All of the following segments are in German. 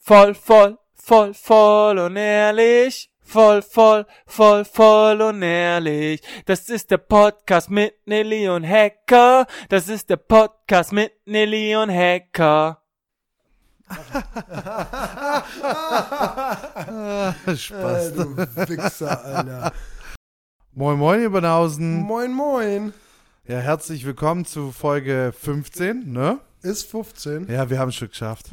Voll und ehrlich. Voll und ehrlich. Das ist der Podcast mit Nilly und Hacker. Das ist der Podcast mit Nilly und Hacker. Spaß. Du Wichser, Alter. Moin moin, Übernhausen. Moin moin. Ja, herzlich willkommen zu Folge 15, ne? Ist 15. Ja, wir haben es schon geschafft.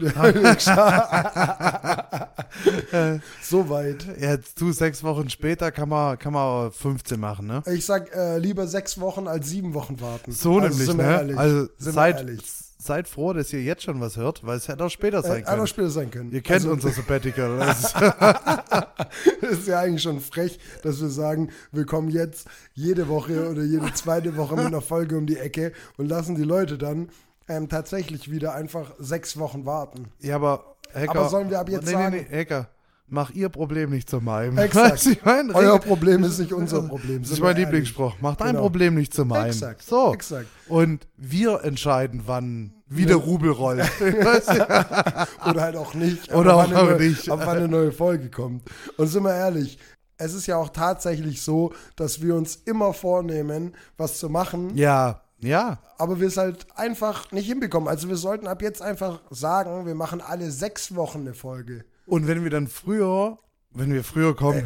So weit. Jetzt 6 Wochen später kann man 15 machen, ne? Ich sag lieber 6 Wochen als 7 Wochen warten. So also nämlich, sind wir ne? Ehrlich. Also sind wir ehrlich. seid froh, dass ihr jetzt schon was hört, weil es hätte auch später sein Hätte können. auch später sein können. Ihr kennt Also, unser Sabbatical. Das ist ja eigentlich schon frech, dass wir sagen, wir kommen jetzt jede Woche oder jede zweite Woche mit einer Folge um die Ecke und lassen die Leute dann tatsächlich wieder einfach 6 Wochen warten. ja, aber Hacker. Aber sollen wir ab jetzt sagen? Nee, Hacker. Mach ihr Problem nicht zu meinem. Exakt. Weißt du, ich mein, Euer Problem ist nicht unser Problem. Das ist mein Lieblingsspruch. Mach dein Genau. Problem nicht zu meinem. Exakt. So. Exakt. Und wir entscheiden, wann wieder Rubel rollt. Weißt du? Oder halt auch nicht. Oder aber auch wann eine nicht. Ab wann eine neue Folge kommt. Und sind wir ehrlich, es ist ja auch tatsächlich so, dass wir uns immer vornehmen, was zu machen, Ja. aber wir es halt einfach nicht hinbekommen. Also wir sollten ab jetzt einfach sagen, wir machen alle 6 Wochen eine Folge. Und wenn wir früher kommen,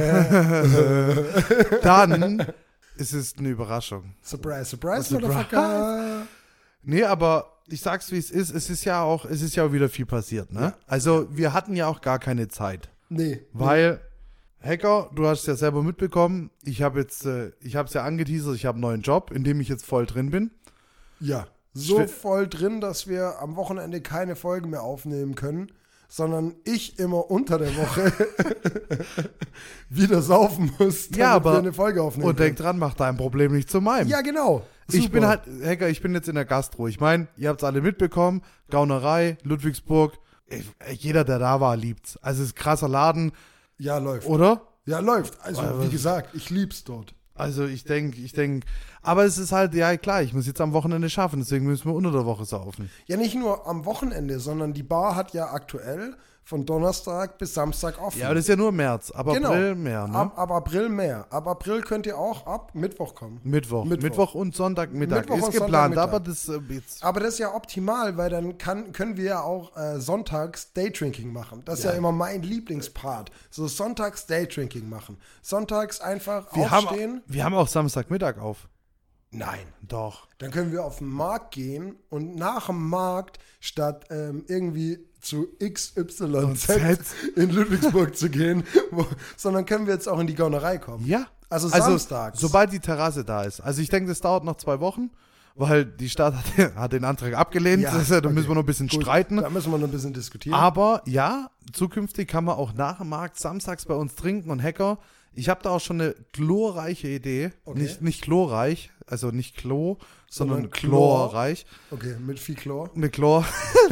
dann ist es eine Überraschung. Surprise, surprise, Surprise. Motherfucker. Nee, aber ich sag's wie es ist. Es ist ja auch wieder viel passiert, ne? Ja. Also wir hatten ja auch gar keine Zeit. Nee. Weil, Hacker, du hast es ja selber mitbekommen, ich habe es ja angeteasert, ich habe einen neuen Job, in dem ich jetzt voll drin bin. Ja. So Schw- voll drin, dass wir am Wochenende keine Folgen mehr aufnehmen können, sondern ich immer unter der Woche wieder saufen muss, damit Ja, aber- wir eine Folge aufnehmen Und denk dran, mach dein Problem nicht zu meinem. Ja, genau. Ich Super. bin halt, Hacker, ich bin jetzt in der Gastro. Ich meine, ihr habt es alle mitbekommen, Gaunerei, Ludwigsburg, jeder, der da war, liebt's. Also es ist ein krasser Laden, Ja, läuft. oder? Ja, läuft. Also, Aber- wie gesagt, ich lieb's dort. Also ich denk, aber es ist halt, ja klar, ich muss jetzt am Wochenende schaffen, deswegen müssen wir unter der Woche saufen. Ja, nicht nur am Wochenende, sondern die Bar hat ja aktuell von Donnerstag bis Samstag offen. Ja, aber das ist ja nur März, ab Genau. April mehr, ne? Ab April mehr. Ab April könnt ihr auch ab Mittwoch kommen. Mittwoch und Sonntagmittag Mittwoch ist und geplant, Sonntagmittag. aber das jetzt, Aber das ist ja optimal, weil dann können wir ja auch sonntags Daydrinking machen. Das ist ja immer mein Lieblingspart. So sonntags Daydrinking machen. Sonntags einfach aufstehen. wir haben auch Samstagmittag auf. Nein. Doch. Dann können wir auf den Markt gehen und nach dem Markt statt irgendwie zu XYZ in Ludwigsburg zu gehen, sondern können wir jetzt auch in die Gaunerei kommen. Ja. Also samstags. Sobald die Terrasse da ist. Also ich denke, das dauert noch 2 Wochen, weil die Stadt hat den Antrag abgelehnt. Ja, Da okay. müssen wir noch ein bisschen Gut, streiten. Da müssen wir noch ein bisschen diskutieren. Aber ja, zukünftig kann man auch nach dem Markt samstags bei uns trinken und Hacker. Ich habe da auch schon eine glorreiche Idee. Okay. Nicht chlorreich, also nicht Klo, sondern Sondern Chlor. chlorreich. Okay, mit viel Chlor. Mit Chlor.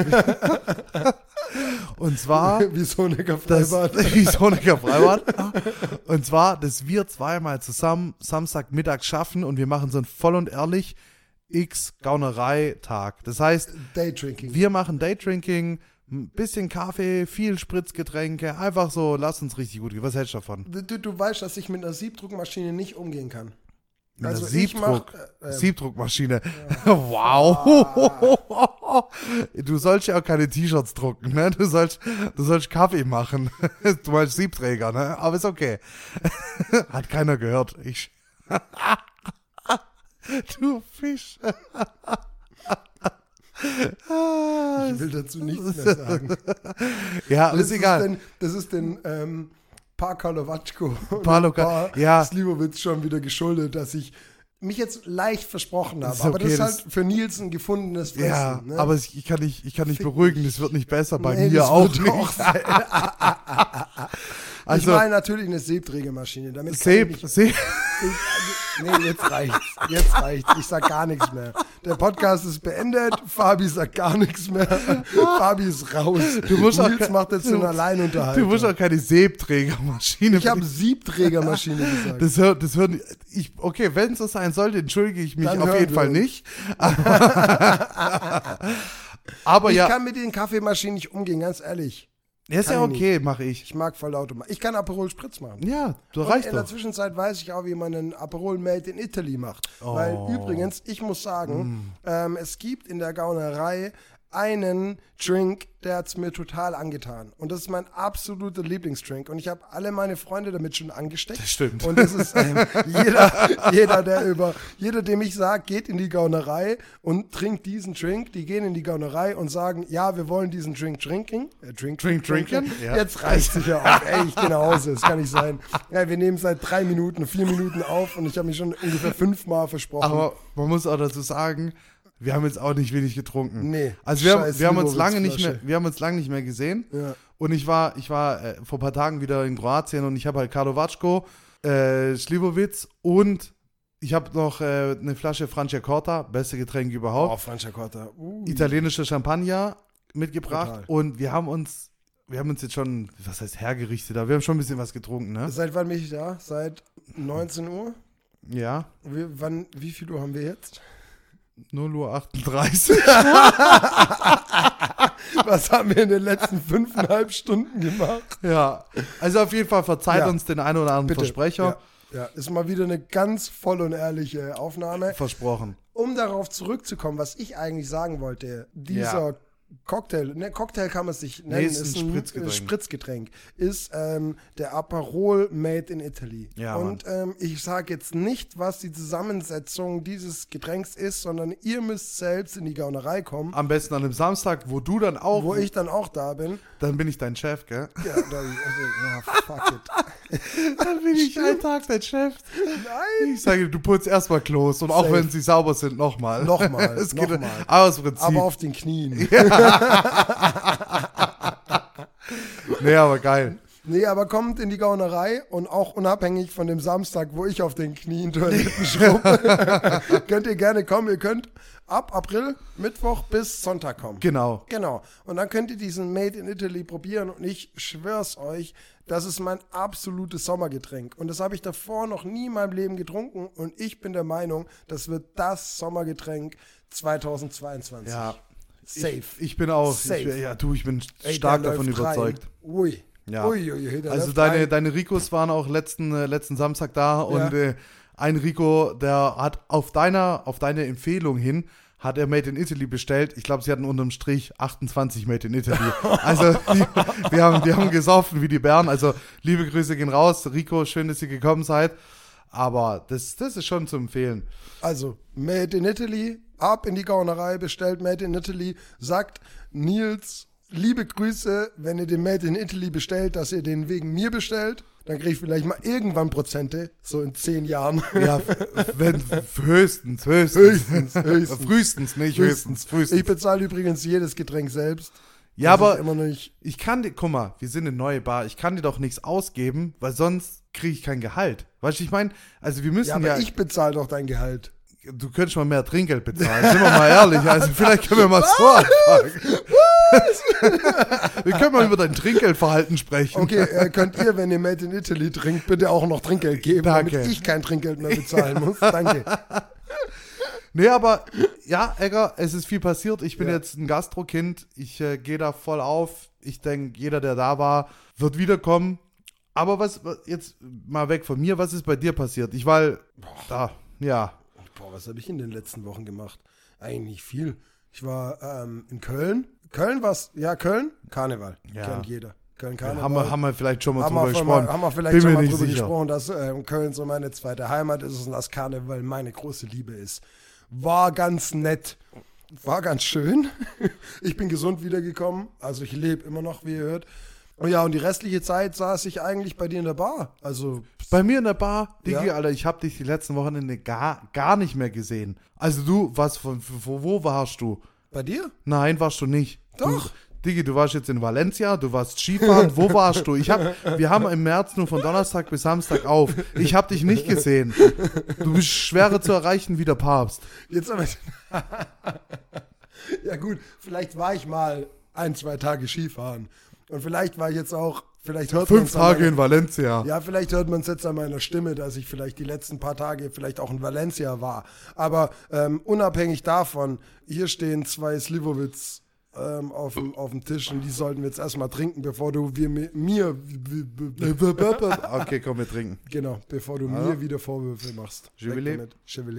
Und zwar Wie Sonecker Freibad. wie Sonecker Freibad. Und zwar, dass wir zweimal zusammen Samstagmittag schaffen und wir machen so ein voll und ehrlich Gaunerei-Tag. Das heißt, Daydrinking. wir machen Daydrinking, ein bisschen Kaffee, viel Spritzgetränke, einfach so, lass uns richtig gut gehen. Was hältst du davon? Du weißt, dass ich mit einer Siebdruckmaschine nicht umgehen kann. Mit Also einer ich mach, Siebdruckmaschine. Wow. Du sollst ja auch keine T-Shirts drucken, ne? Du sollst Kaffee machen. Du meinst Siebträger, ne? Aber ist okay. Hat keiner gehört. Du Fisch. Ich will dazu nichts mehr sagen. Ja, ist egal. Das ist den Par Karlovatschko und Par ja. Slivovitz schon wieder geschuldet, dass ich mich jetzt leicht versprochen habe. Ist Aber okay, das ist halt für Nils ein gefundenes Fressen. Ja, ne? aber ich kann nicht beruhigen, das wird nicht besser, bei Nee, mir das auch wird nicht. auch sein. Ich Also, meine natürlich eine Siebträgermaschine. Damit kann ich nicht- Nee, jetzt reicht's. Ich sag gar nichts mehr. Der Podcast ist beendet. Fabi sagt gar nichts mehr. Fabi ist raus. Nils macht jetzt eine Alleinunterhaltung. Du musst auch keine Siebträgermaschine. Ich habe Siebträgermaschine gesagt. Das hören, okay, wenn es so sein sollte, entschuldige ich mich Dann auf hören jeden wir Fall uns. nicht. Aber Ich ja, kann mit den Kaffeemaschinen nicht umgehen, ganz ehrlich. Ja, ist ja Kann ich okay, mache ich. Ich mag Vollautomat. Ich kann Aperol Spritz machen. Ja, du Und reicht in der doch. Zwischenzeit weiß ich auch, wie man einen Aperol Made in Italy macht. Oh. Weil übrigens, ich muss sagen, es gibt in der Gaunerei einen Drink, der hat es mir total angetan. Und das ist mein absoluter Lieblingsdrink. Und ich habe alle meine Freunde damit schon angesteckt. Das stimmt. Und das ist jeder, dem ich sage, geht in die Gaunerei und trinkt diesen Drink. Die gehen in die Gaunerei und sagen, ja, wir wollen diesen Drink trinken. Trinken? Ja. Jetzt reißt sich ja auf. Ey, ich gehe nach Hause. Das kann nicht sein. Ja, wir nehmen seit 4 Minuten auf und ich habe mich schon ungefähr 5-mal versprochen. Aber man muss auch dazu sagen, wir haben jetzt auch nicht wenig getrunken. Nee. Also wir haben uns lange nicht mehr gesehen. Ja. Und ich war vor ein paar Tagen wieder in Kroatien und ich habe halt Karlovačko, Slivovitz und ich habe noch eine Flasche Franciacorta, beste Getränk überhaupt. Oh, Franciacorta. Italienische Champagner mitgebracht. Total. Und wir haben uns jetzt schon, was heißt hergerichtet, aber wir haben schon ein bisschen was getrunken, ne? Seit wann bin ich da? Seit 19 Uhr? Ja, Wie viel Uhr haben wir jetzt? 0:38 Uhr. Was haben wir in den letzten 5,5 Stunden gemacht? Ja, also auf jeden Fall verzeiht Ja. uns den einen oder anderen Versprecher. Ja, ist mal wieder eine ganz voll und ehrliche Aufnahme. Versprochen. Um darauf zurückzukommen, was ich eigentlich sagen wollte, dieser Cocktail, Cocktail kann man es nicht nennen, ist ein Spritzgetränk. Spritzgetränk, ist der Aperol Made in Italy. Ja, und ich sage jetzt nicht, was die Zusammensetzung dieses Getränks ist, sondern ihr müsst selbst in die Gaunerei kommen, Am besten an einem Samstag, wo du dann auch, wo ich dann auch da bin. dann bin ich dein Chef, gell? Ja, fuck it. Dann bin ich einen Tag dein Chef. Nein! Ich sage, du putzt erstmal Klos und auch Safe. wenn sie sauber sind, nochmal. Nochmal, Es geht nochmal. aus Prinzip. Aber auf den Knien. Nee, aber geil. Nee, aber kommt in die Gaunerei und auch unabhängig von dem Samstag, wo ich auf den Knien Toiletten schrubbe, könnt ihr gerne kommen. Ihr könnt ab April, Mittwoch bis Sonntag kommen. Genau. Genau. Und dann könnt ihr diesen Made in Italy probieren und ich schwör's euch, das ist mein absolutes Sommergetränk. Und das habe ich davor noch nie in meinem Leben getrunken und ich bin der Meinung, das wird das Sommergetränk 2022. Ja. Safe. Ich bin auch, Safe. ich bin Ey, stark der davon läuft rein. überzeugt. Ui. Ja. Ui, der Also läuft rein. deine Ricos waren auch letzten Samstag da und ein Rico, der hat auf deine Empfehlung hin, hat er Made in Italy bestellt. Ich glaube, sie hatten unterm Strich 28 Made in Italy. Also wir haben gesoffen wie die Bären. Also liebe Grüße gehen raus. Rico, schön, dass ihr gekommen seid. Aber das ist schon zu empfehlen. Also, Made in Italy, ab in die Gaunerei, bestellt Made in Italy, sagt Nils, liebe Grüße, wenn ihr den Made in Italy bestellt, dass ihr den wegen mir bestellt. Dann kriege ich vielleicht mal irgendwann Prozente, so in 10 Jahren. Ja, wenn höchstens. Frühestens, nicht höchstens. Ich bezahle übrigens jedes Getränk selbst. Ja, Das ist aber immer noch nicht. ich kann dir, guck mal, wir sind eine neue Bar, ich kann dir doch nichts ausgeben, weil sonst kriege ich kein Gehalt. Weißt du, ich meine, also wir müssen Ja, aber ich bezahle doch dein Gehalt. du könntest mal mehr Trinkgeld bezahlen, sind wir mal ehrlich, also vielleicht können wir mal so anfangen. Wir können mal über dein Trinkgeldverhalten sprechen. Okay, könnt ihr, wenn ihr Made in Italy trinkt, bitte auch noch Trinkgeld geben, Danke. damit ich kein Trinkgeld mehr bezahlen muss. Danke. Nee, aber ja, Egger, es ist viel passiert. Ich bin Ja. jetzt ein Gastrokind. Ich gehe da voll auf. Ich denke, jeder, der da war, wird wiederkommen. Aber was jetzt mal weg von mir, was ist bei dir passiert? Ich war da, ja. Boah, was habe ich in den letzten Wochen gemacht? Eigentlich nicht viel. Ich war in Köln. Köln war's, ja, Köln, Karneval. Ja. Kennt jeder. Köln Karneval. Haben wir vielleicht schon mal Haben drüber gesprochen. wir vielleicht Bin schon mir mal nicht drüber sicher. gesprochen, dass Köln so meine zweite Heimat ist und das Karneval meine große Liebe ist. War ganz nett. War ganz schön. Ich bin gesund wiedergekommen. Also ich lebe immer noch, wie ihr hört. Und ja, und die restliche Zeit saß ich eigentlich bei dir in der Bar. Also, Bei mir in der Bar, Digi, Ja. Alter, ich habe dich die letzten Wochenende gar nicht mehr gesehen. Also du, wo warst du? bei dir? Nein, warst du nicht. Doch. Digi, du warst jetzt in Valencia, du warst Skifahren, wo warst du? Wir haben im März nur von Donnerstag bis Samstag auf. Ich habe dich nicht gesehen. Du bist schwerer zu erreichen wie der Papst. Jetzt aber. Ja, gut, vielleicht war ich mal 1-2 Tage Skifahren. Und vielleicht war ich jetzt auch. Vielleicht hört 5 man's an Tage meiner- in Valencia. Ja, vielleicht hört man es jetzt an meiner Stimme, dass ich vielleicht die letzten paar Tage vielleicht auch in Valencia war. Aber unabhängig davon, hier stehen 2 Slivovitz auf dem Tisch und die sollten wir jetzt erstmal trinken, bevor du mir Okay, komm, wir trinken. Genau, bevor du mir wieder Vorwürfe machst. Chevrolet.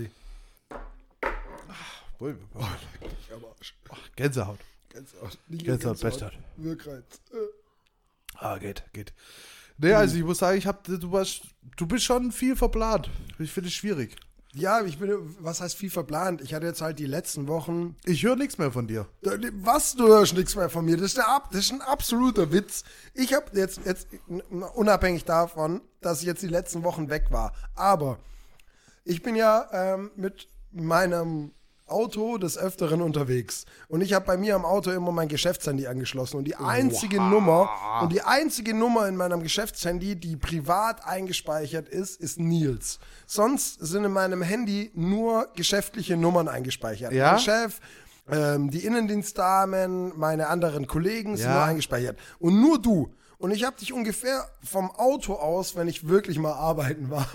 Gänsehaut. Gänsehaut, Bestart. Wirkreiz. Geht. Nee, also ich muss sagen, du bist schon viel verplant. Ich finde es schwierig. Ja, was heißt viel verplant? Ich hatte jetzt halt die letzten Wochen... Ich höre nichts mehr von dir. Was, du hörst nichts mehr von mir? Das ist ein absoluter Witz. Ich habe jetzt unabhängig davon, dass ich jetzt die letzten Wochen weg war, aber ich bin ja mit meinem Auto des Öfteren unterwegs. Und ich habe bei mir am Auto immer mein Geschäftshandy angeschlossen. Und die einzige Nummer in meinem Geschäftshandy, die privat eingespeichert ist Nils. Sonst sind in meinem Handy nur geschäftliche Nummern eingespeichert. Ja? Mein Chef, die Innendienstdamen, meine anderen Kollegen sind nur eingespeichert. Und nur du. Und ich habe dich ungefähr vom Auto aus, wenn ich wirklich mal arbeiten war.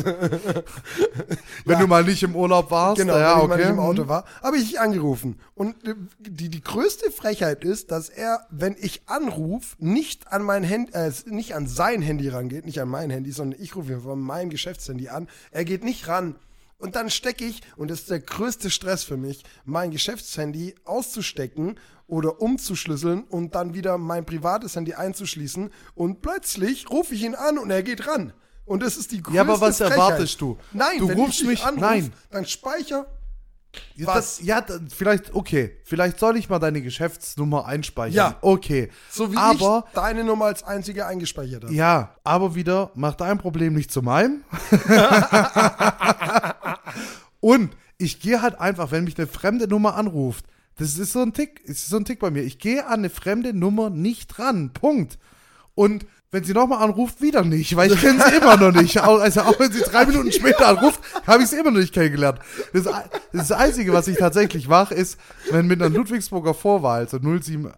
Wenn du mal nicht im Urlaub warst. Genau, wenn ich mal nicht im Auto war, habe ich dich angerufen. Und die größte Frechheit ist, dass er, wenn ich anrufe, nicht an mein Handy, nicht an sein Handy rangeht, nicht an mein Handy, sondern ich rufe ihn von meinem Geschäftshandy an. Er geht nicht ran. Und dann stecke ich, und das ist der größte Stress für mich, mein Geschäftshandy auszustecken oder umzuschlüsseln und dann wieder mein privates Handy einzuschließen. Und plötzlich rufe ich ihn an und er geht ran. Und das ist die größte Frechheit. Ja, aber was erwartest du? Nein, du wenn rufst ich dich anrufe, nein. dann speicher. Vielleicht soll ich mal deine Geschäftsnummer einspeichern. Ja. Okay. So wie aber, ich deine Nummer als einzige eingespeichert habe. Ja, aber wieder, mach dein Problem nicht zu meinem. Und ich gehe halt einfach, wenn mich eine fremde Nummer anruft, das ist so ein Tick bei mir. Ich gehe an eine fremde Nummer nicht ran. Punkt. Und wenn sie nochmal anruft, wieder nicht, weil ich kenne sie immer noch nicht. Also auch wenn sie 3 Minuten später anruft, habe ich sie immer noch nicht kennengelernt. Das Einzige, was ich tatsächlich mache, ist, wenn mit einer Ludwigsburger Vorwahl, so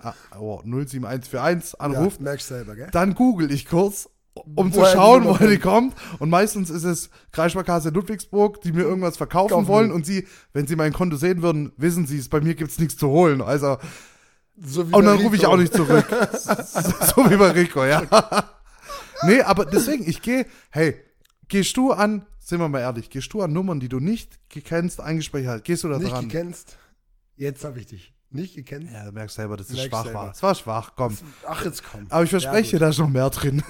07141 anruft, Ja, merkst selber, gell? dann google ich kurz, um zu Woher schauen, die Nummer woher die kommt. Und meistens ist es Kreissparkasse Ludwigsburg, die mir irgendwas verkaufen wollen. Und wenn sie mein Konto sehen würden, wissen sie es, bei mir gibt es nichts zu holen. Also... Und dann rufe ich auch nicht zurück. So wie bei Rico, ja. Nee, aber deswegen, gehst du an, sind wir mal ehrlich, gehst du an Nummern, die du nicht kennst, eingespeichert hast, gehst du da dran? Nicht gekennst. Jetzt habe ich dich. Nicht gekannt. Ja, du merkst selber, dass es Merkst schwach selber. war. Es war schwach, komm. Ach, jetzt komm. Aber ich verspreche dir, da ist noch mehr drin.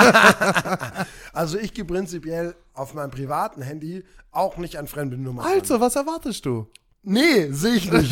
Also ich gehe prinzipiell auf meinem privaten Handy auch nicht an fremde Nummern ran. Also, was erwartest du? Nee, sehe ich nicht.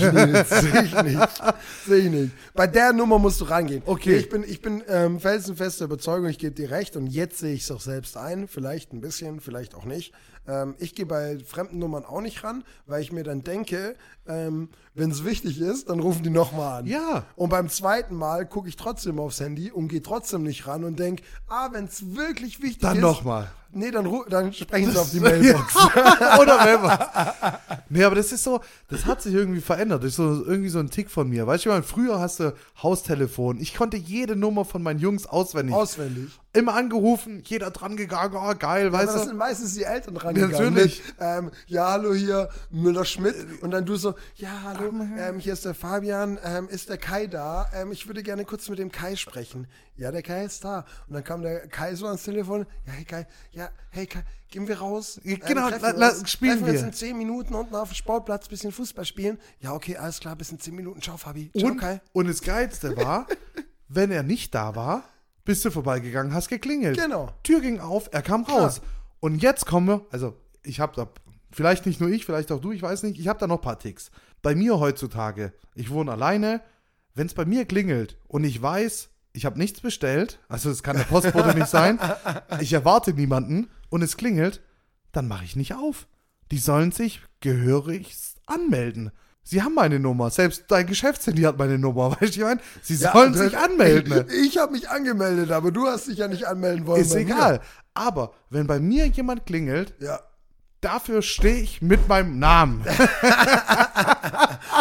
Sehe ich nicht. Bei der Nummer musst du rangehen. Okay. Ich bin felsenfeste Überzeugung, ich gebe dir recht und jetzt sehe ich es auch selbst ein. Vielleicht ein bisschen, vielleicht auch nicht. Ich gehe bei fremden Nummern auch nicht ran, weil ich mir dann denke, wenn es wichtig ist, dann rufen die nochmal an. Ja. Und beim zweiten Mal gucke ich trotzdem aufs Handy und gehe trotzdem nicht ran und denke, wenn es wirklich wichtig Dann ist. nochmal. Nee, dann sprechen sie auf die Mailbox. Oder Mailbox. Nee, aber das ist so, das hat sich irgendwie verändert. Das ist irgendwie so ein Tick von mir. Weißt du, früher hast du Haustelefon. Ich konnte jede Nummer von meinen Jungs auswendig. Immer angerufen, jeder dran gegangen, geil, weißt du. Das sind meistens die Eltern dran gegangen. Natürlich. Ja, hallo, hier Müller-Schmidt. Und dann du so, ja, hallo, hier ist der Fabian, ist der Kai da? Ich würde gerne kurz mit dem Kai sprechen. Ja, der Kai ist da. Und dann kam der Kai so ans Telefon. Ja, hey Kai, gehen wir raus? Genau, spielen wir. Treffen wir uns in 10 Minuten unten auf dem Sportplatz, bisschen Fußball spielen. Ja, okay, alles klar, bis in 10 Minuten. Ciao, Fabi. Ciao, Kai. Und das Geilste war, wenn er nicht da war, bist du vorbeigegangen, hast geklingelt. Genau. Tür ging auf, er kam raus. Und jetzt kommen wir, also ich habe da, vielleicht nicht nur ich, vielleicht auch du, ich weiß nicht, ich habe da noch ein paar Ticks. Bei mir heutzutage, ich wohne alleine, wenn es bei mir klingelt und ich weiß, ich habe nichts bestellt, also es kann der Postbote nicht sein, ich erwarte niemanden und es klingelt, dann mache ich nicht auf. Die sollen sich gehörig anmelden. Sie haben meine Nummer. Selbst dein Geschäftshandy hat meine Nummer. Weißt du, ich meine? Sie sollen sich anmelden. Ich habe mich angemeldet, aber du hast dich ja nicht anmelden wollen. Ist egal. Aber wenn bei mir jemand klingelt, ja. Dafür stehe ich mit meinem Namen.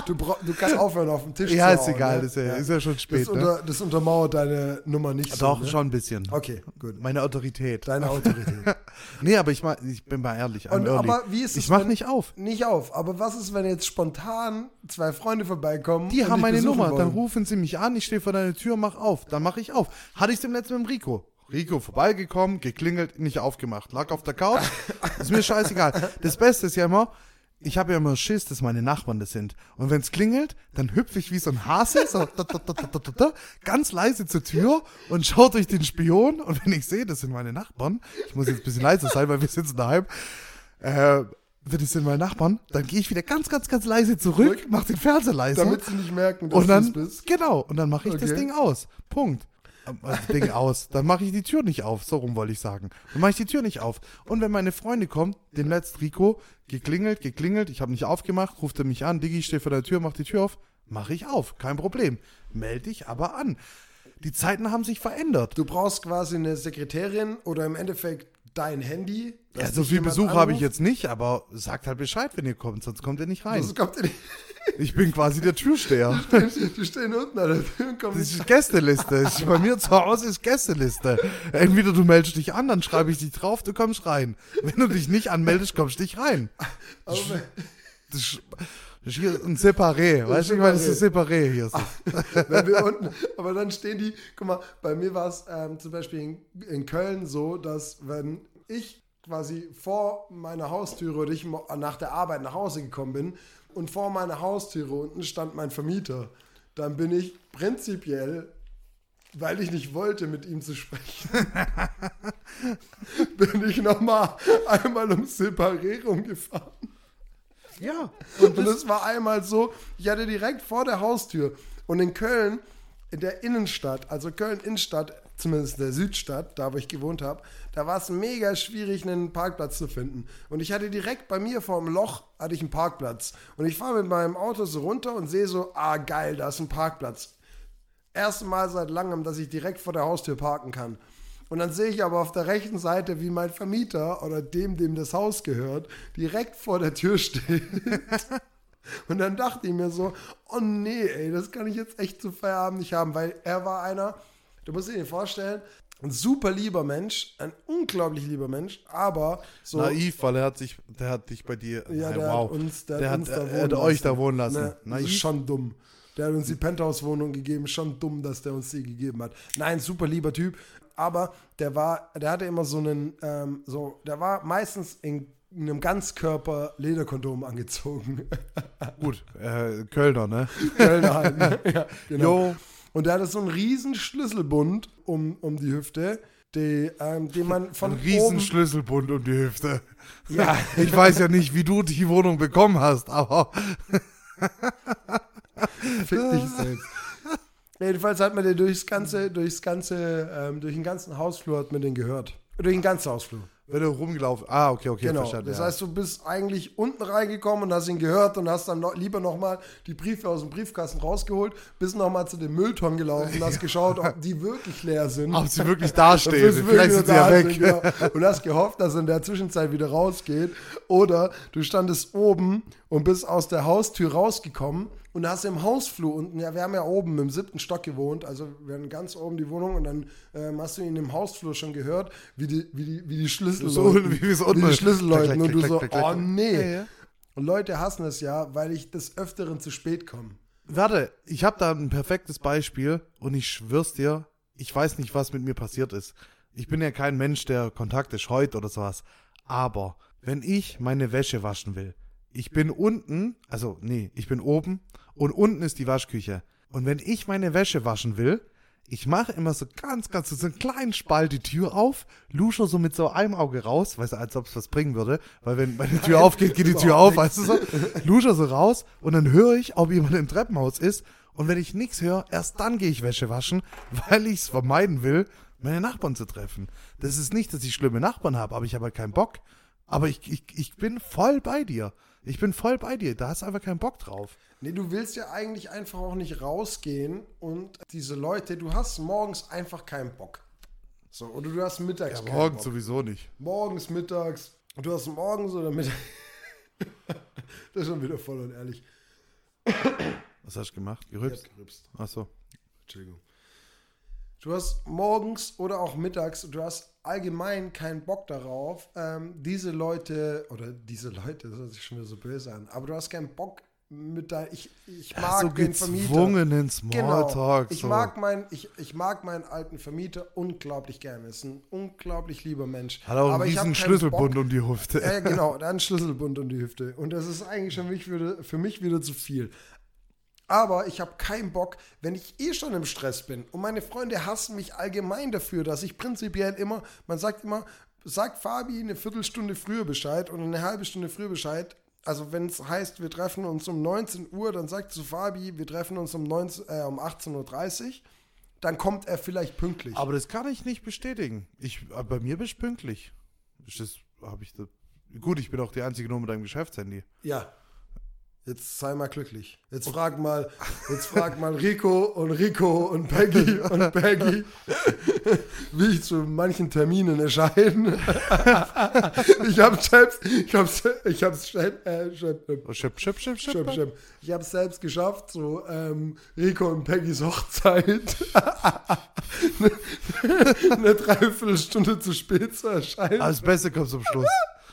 Du kannst aufhören, auf den Tisch Ja, zu ist hauen, egal, ne? ist ja schon spät. Das untermauert deine Nummer nicht so. Doch, ne? schon ein bisschen. Okay, gut. Meine Autorität. Deine Autorität. Nee, aber ich bin mal ehrlich. Aber wie ist es, ich mach wenn- nicht auf. Nicht auf. Aber was ist, wenn jetzt spontan 2 Freunde vorbeikommen? Die und haben dich meine besuchen Nummer. wollen? Dann rufen sie mich an, ich stehe vor deiner Tür, mach auf. Dann mache ich auf. Hatte ich es im letzten mit dem Rico. Rico vorbeigekommen, geklingelt, nicht aufgemacht. Lag auf der Couch. Ist mir scheißegal. Das Beste ist ja immer, ich habe ja immer Schiss, dass meine Nachbarn das sind. Und wenn es klingelt, dann hüpfe ich wie so ein Hase, so ganz leise zur Tür und schaue durch den Spion. Und wenn ich sehe, das sind meine Nachbarn, ich muss jetzt ein bisschen leiser sein, weil wir sitzen daheim, wenn das sind meine Nachbarn, dann gehe ich wieder ganz, ganz, ganz leise zurück, mache den Fernseher leise. Damit sie nicht merken, dass Und du es dann, bist. genau, und dann mache ich das Okay. Ding aus. Punkt. Das Ding aus. Dann mache ich die Tür nicht auf. So rum wollte ich sagen. Dann mache ich die Tür nicht auf. Und wenn meine Freunde kommen, den letzten Rico, geklingelt, ich habe nicht aufgemacht, ruft er mich an, Diggi, ich stehe vor der Tür, mach die Tür auf, mache ich auf. Kein Problem. Melde dich aber an. Die Zeiten haben sich verändert. Du brauchst quasi eine Sekretärin oder im Endeffekt dein Handy. Ja, dass so dich viel jemand Besuch habe ich anruft. jetzt nicht, aber sagt halt Bescheid, wenn ihr kommt, sonst kommt ihr nicht rein. Das kommt nicht. Ich bin quasi der Türsteher. Die stehen unten an der Tür und kommen Das nicht. ist Gästeliste. Bei mir zu Hause ist Gästeliste. Entweder du meldest dich an, dann schreibe ich dich drauf, du kommst rein. Wenn du dich nicht anmeldest, kommst du nicht rein. Aber Das ist hier ein Separé. Weißt du, ich meine, das ist ein Separé hier. wenn wir unten, aber dann stehen die, guck mal, bei mir war es zum Beispiel in Köln so, dass wenn ich quasi vor meiner Haustüre oder ich nach der Arbeit nach Hause gekommen bin und vor meiner Haustüre unten stand mein Vermieter, dann bin ich prinzipiell, weil ich nicht wollte, mit ihm zu sprechen, bin ich nochmal einmal ums Separé rumgefahren. Ja. Und es war einmal so, ich hatte direkt vor der Haustür und in Köln, in der Innenstadt, also Köln-Innenstadt, zumindest der Südstadt, da wo ich gewohnt habe, da war es mega schwierig, einen Parkplatz zu finden. Und ich hatte direkt bei mir vor dem Loch, hatte ich einen Parkplatz. Und ich fahre mit meinem Auto so runter und sehe so, geil, da ist ein Parkplatz. Erste Mal seit langem, dass ich direkt vor der Haustür parken kann. Und dann sehe ich aber auf der rechten Seite, wie mein Vermieter oder dem das Haus gehört, direkt vor der Tür steht. Und dann dachte ich mir so, oh nee, ey, das kann ich jetzt echt zu Feierabend nicht haben, weil er war einer, du musst dir vorstellen, ein super lieber Mensch, ein unglaublich lieber Mensch, aber so... Naiv, weil der hat dich bei dir, Ja, nein, der wow. hat uns da Er hat wohnen euch da wohnen lassen. Ne, das Naiv. ist schon dumm. Der hat uns die Penthouse-Wohnung gegeben, schon dumm, dass der uns die gegeben hat. Nein, super lieber Typ, aber der hatte immer so einen, der war meistens in einem Ganzkörper-Lederkondom angezogen. Gut, Kölner, ne? Kölner halt, ne? Ja, genau. Jo. Und der hatte so einen riesen Schlüsselbund um die Hüfte, den man von Ein riesen oben... Schlüsselbund um die Hüfte. Ja. Ich weiß ja nicht, wie du die Wohnung bekommen hast, aber Fick dich selbst. Jedenfalls hat man den durch den ganzen Hausflur hat man den gehört. Durch den ganzen Hausflur. wenn du rumgelaufen. Okay, Genau. verstanden. Das ja. heißt, du bist eigentlich unten reingekommen und hast ihn gehört und hast dann lieber nochmal die Briefe aus dem Briefkasten rausgeholt, bist nochmal zu den Mülltonnen gelaufen und hast geschaut, ob die wirklich leer sind. Ob sie wirklich dastehen. Ob sie Vielleicht wirklich sind sie ja da weg. sind, genau. Und hast gehofft, dass er in der Zwischenzeit wieder rausgeht. Oder du standest oben und bist aus der Haustür rausgekommen und hast im Hausflur unten, ja, wir haben ja oben im 7. Stock gewohnt, also wir hatten ganz oben die Wohnung und dann hast du ihn im Hausflur schon gehört, wie die Schlüssel So, läuten. wie so Wie die Schlüssel Klack, läuten klack, und du klack, so, klack, klack, oh klack. nee. Ja, ja. Und Leute hassen es ja, weil ich des Öfteren zu spät komme. Warte, ich habe da ein perfektes Beispiel und ich schwör's dir, ich weiß nicht, was mit mir passiert ist. Ich bin ja kein Mensch, der Kontakte scheut oder sowas. Aber wenn ich meine Wäsche waschen will, ich bin unten, ich bin oben und unten ist die Waschküche. Und wenn ich meine Wäsche waschen will, ich mache immer so ganz so einen kleinen Spalt die Tür auf, lusche so mit so einem Auge raus, weißt du, als ob es was bringen würde, weil wenn meine Tür aufgeht, geht die Tür auf, weißt du so, lusche so raus und dann höre ich, ob jemand im Treppenhaus ist und wenn ich nichts höre, erst dann gehe ich Wäsche waschen, weil ich es vermeiden will, meine Nachbarn zu treffen. Das ist nicht, dass ich schlimme Nachbarn habe, aber ich habe halt keinen Bock. Aber ich bin voll bei dir. Ich bin voll bei dir, da hast du einfach keinen Bock drauf. Nee, du willst ja eigentlich einfach auch nicht rausgehen und diese Leute, du hast morgens einfach keinen Bock. So, oder du hast mittags keinen Morgen Bock. sowieso nicht. Morgens, mittags, du hast morgens oder mittags. Das ist schon wieder voll und ehrlich. Was hast du gemacht? Ich Gerübst? hab gerübst. Achso. Entschuldigung. Du hast morgens oder auch mittags, du hast allgemein keinen Bock darauf, diese Leute, das hört sich schon wieder so böse an, aber du hast keinen Bock mit ich mag so den Vermieter. gezwungenen Smalltalk. Ich mag meinen alten Vermieter unglaublich gerne. Ist ein unglaublich lieber Mensch. Hat auch einen aber ich hab riesen keinen Schlüsselbund Bock. um die Hüfte. Ja, genau, da hat einen Schlüsselbund um die Hüfte. Und das ist eigentlich schon für mich wieder zu viel. Aber ich habe keinen Bock, wenn ich schon im Stress bin. Und meine Freunde hassen mich allgemein dafür, dass ich prinzipiell immer, man sagt immer, sagt Fabi eine Viertelstunde früher Bescheid oder eine halbe Stunde früher Bescheid. Also wenn es heißt, wir treffen uns um 19 Uhr, dann sagt zu Fabi, wir treffen uns um 18.30 Uhr. Dann kommt er vielleicht pünktlich. Aber das kann ich nicht bestätigen. Bei mir bist du pünktlich. Gut, ich bin auch die einzige Nummer mit deinem Geschäftshandy. Ja. Jetzt sei mal glücklich. Jetzt frag mal Rico und Peggy, wie ich zu manchen Terminen erscheine. Ich habe selbst geschafft, so Rico und Peggys Hochzeit eine Dreiviertelstunde zu spät zu erscheinen. Aber das Beste kommt zum Schluss.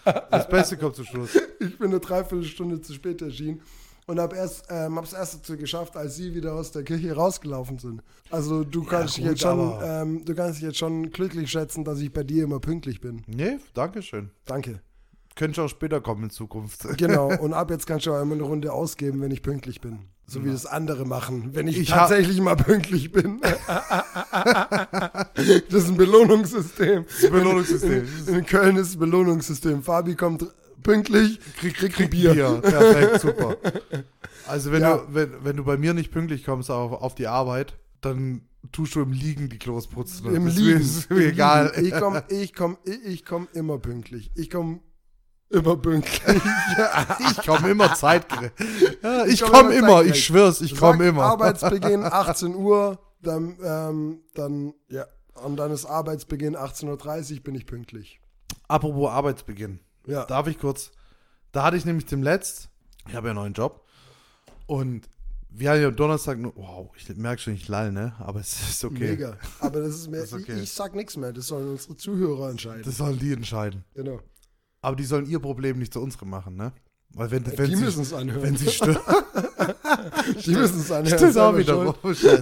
Ich bin eine Dreiviertelstunde zu spät erschienen und hab's erst dazu geschafft, als sie wieder aus der Kirche rausgelaufen sind. Also du kannst dich jetzt schon glücklich schätzen, dass ich bei dir immer pünktlich bin. Nee, danke schön. Danke. Könnte auch später kommen in Zukunft. Genau, und ab jetzt kannst du auch immer eine Runde ausgeben, wenn ich pünktlich bin. So wie das andere machen, wenn ich tatsächlich mal pünktlich bin. Das ist ein Belohnungssystem. In Köln ist ein Belohnungssystem. Fabi kommt pünktlich, kriegt Bier. Perfekt, super. Also wenn du bei mir nicht pünktlich kommst auf die Arbeit, dann tust du im Liegen die Klos putzen. Im Liegen. Ist mir egal. Ich komm immer pünktlich. Ich komme immer pünktlich. Ich komme immer zeitgerecht. Ja, ich komme immer, ich schwör's, ich komme immer. Arbeitsbeginn 18 Uhr, dann und dann ist Arbeitsbeginn 18.30 Uhr, bin ich pünktlich. Apropos Arbeitsbeginn. Ja. Darf ich kurz? Da hatte ich nämlich ich habe ja einen neuen Job und wir hatten ja Donnerstag, wow, ich merke schon, ich lall, ne? Aber es ist okay. Mega. Aber das ist mir, Das ist okay. ich sag nichts mehr, das sollen unsere Zuhörer entscheiden. Das sollen die entscheiden. Genau. Aber die sollen ihr Problem nicht zu unserem machen, ne? Weil Die müssen es anhören. Wenn sie stören. Die müssen es anhören. Stimmt auch wieder.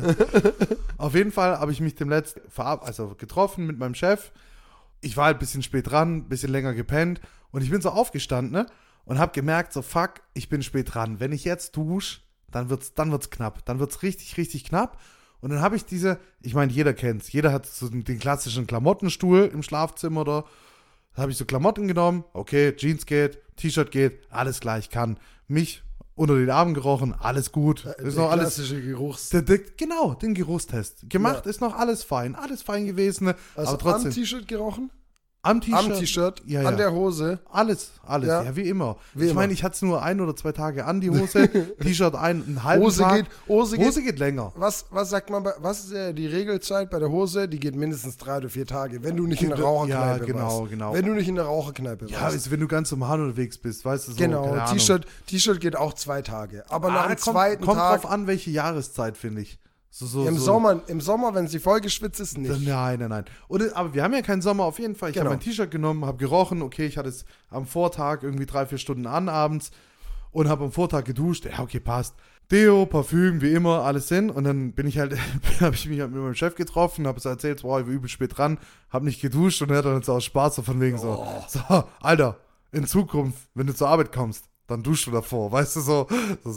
Auf jeden Fall habe ich mich demnächst getroffen mit meinem Chef. Ich war halt ein bisschen spät dran, ein bisschen länger gepennt und ich bin so aufgestanden, ne? Und habe gemerkt, so fuck, ich bin spät dran. Wenn ich jetzt dusche, dann wird's knapp. Dann wird's richtig, richtig knapp. Und dann habe ich ich meine, jeder kennt's. Jeder hat so den klassischen Klamottenstuhl im Schlafzimmer oder. Da habe ich so Klamotten genommen. Okay, Jeans geht, T-Shirt geht, alles klar, ich kann. Mich unter den Armen gerochen, alles gut. Ist noch alles. Klassische Geruchs. Genau, den Geruchstest. Gemacht, ist noch alles fein gewesen. Also aber trotzdem. am T-Shirt gerochen? Am T-Shirt. Am T-Shirt, ja. an der Hose. Alles, ja, wie immer. Ich meine, ich hatte es nur 1 oder 2 Tage an, die Hose. T-Shirt einen halben Tag. Hose geht länger. Was sagt man, was ist die Regelzeit bei der Hose? Die geht mindestens 3 oder 4 Tage, wenn du nicht in der Raucherkneipe genau. Wenn du nicht in der Raucherkneipe warst. Ja, ist, wenn du ganz normal unterwegs bist, weißt du so. Genau, T-Shirt geht auch 2 Tage. Aber nach dem zweiten kommt Tag. Kommt drauf an, welche Jahreszeit, finde ich. Im Sommer, wenn sie vollgeschwitzt ist, nicht. Nein. Aber wir haben ja keinen Sommer auf jeden Fall. Ich habe mein T-Shirt genommen, habe gerochen. Okay, ich hatte es am Vortag irgendwie 3-4 Stunden an abends und habe am Vortag geduscht. Ja, okay, passt. Deo, Parfüm, wie immer, alles hin. Und dann habe ich mich halt mit meinem Chef getroffen, habe es erzählt, wow, ich war übel spät dran, habe nicht geduscht und er hat dann so aus Spaß so von wegen so, Alter, in Zukunft, wenn du zur Arbeit kommst, dann duschst du davor. Weißt du, so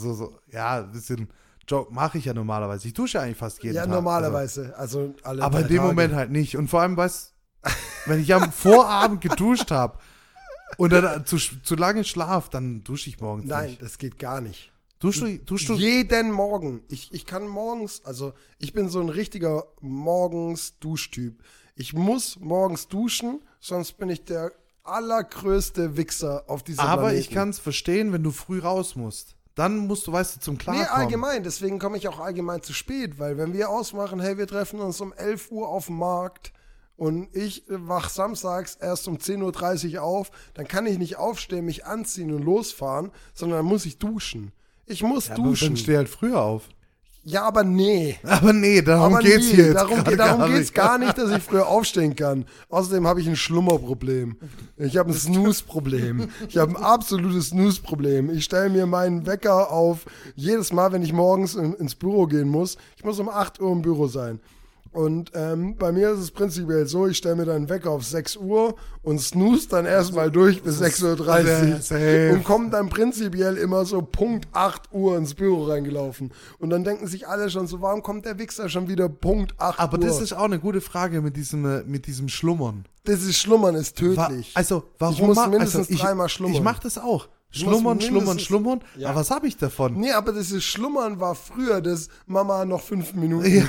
ja, ein bisschen Joke mache ich ja normalerweise. Ich dusche ja eigentlich fast jeden Tag. Ja, normalerweise. Also alle aber in dem Moment halt nicht. Und vor allem, wenn ich am Vorabend geduscht habe und dann zu lange schlaf, dann dusche ich morgens nicht. Nein, das geht gar nicht. Duschst du? Jeden Morgen. Ich kann morgens, also ich bin so ein richtiger Morgens-Duschtyp. Ich muss morgens duschen, sonst bin ich der allergrößte Wichser auf diesem Planeten. Aber ich kann es verstehen, wenn du früh raus musst. Dann musst du, weißt du, zum Klarkommen. Nee, allgemein. Deswegen komme ich auch allgemein zu spät. Weil wenn wir ausmachen, hey, wir treffen uns um 11 Uhr auf dem Markt und ich wach samstags erst um 10.30 Uhr auf, dann kann ich nicht aufstehen, mich anziehen und losfahren, sondern dann muss ich duschen. Ich muss Aber duschen. dann steh halt früher auf. Ja, aber nee. Aber nee, darum Aber geht's nee, hier jetzt darum gerade geht's nicht. gar nicht, dass ich früher aufstehen kann. Außerdem habe ich ein Schlummerproblem. Ich habe ein Snooze-Problem. Ich habe ein absolutes Snooze-Problem. Ich stelle mir meinen Wecker auf jedes Mal, wenn ich morgens ins Büro gehen muss. Ich muss um 8 Uhr im Büro sein. Und bei mir ist es prinzipiell so, ich stelle mir dann einen Wecker auf 6 Uhr und snooze dann erstmal durch bis 6:30 Uhr und komme dann prinzipiell immer so Punkt 8 Uhr ins Büro reingelaufen. Und dann denken sich alle schon so, warum kommt der Wichser schon wieder Punkt 8 Aber Uhr? das ist auch eine gute Frage mit diesem Schlummern. Dieses Schlummern ist tödlich. Warum Ich muss ma- mindestens dreimal schlummern. Ich mach das auch. Ich muss Schlummern. Ja. Aber was habe ich davon? Nee, aber dieses Schlummern war früher das Mama noch 5 Minuten. Ja,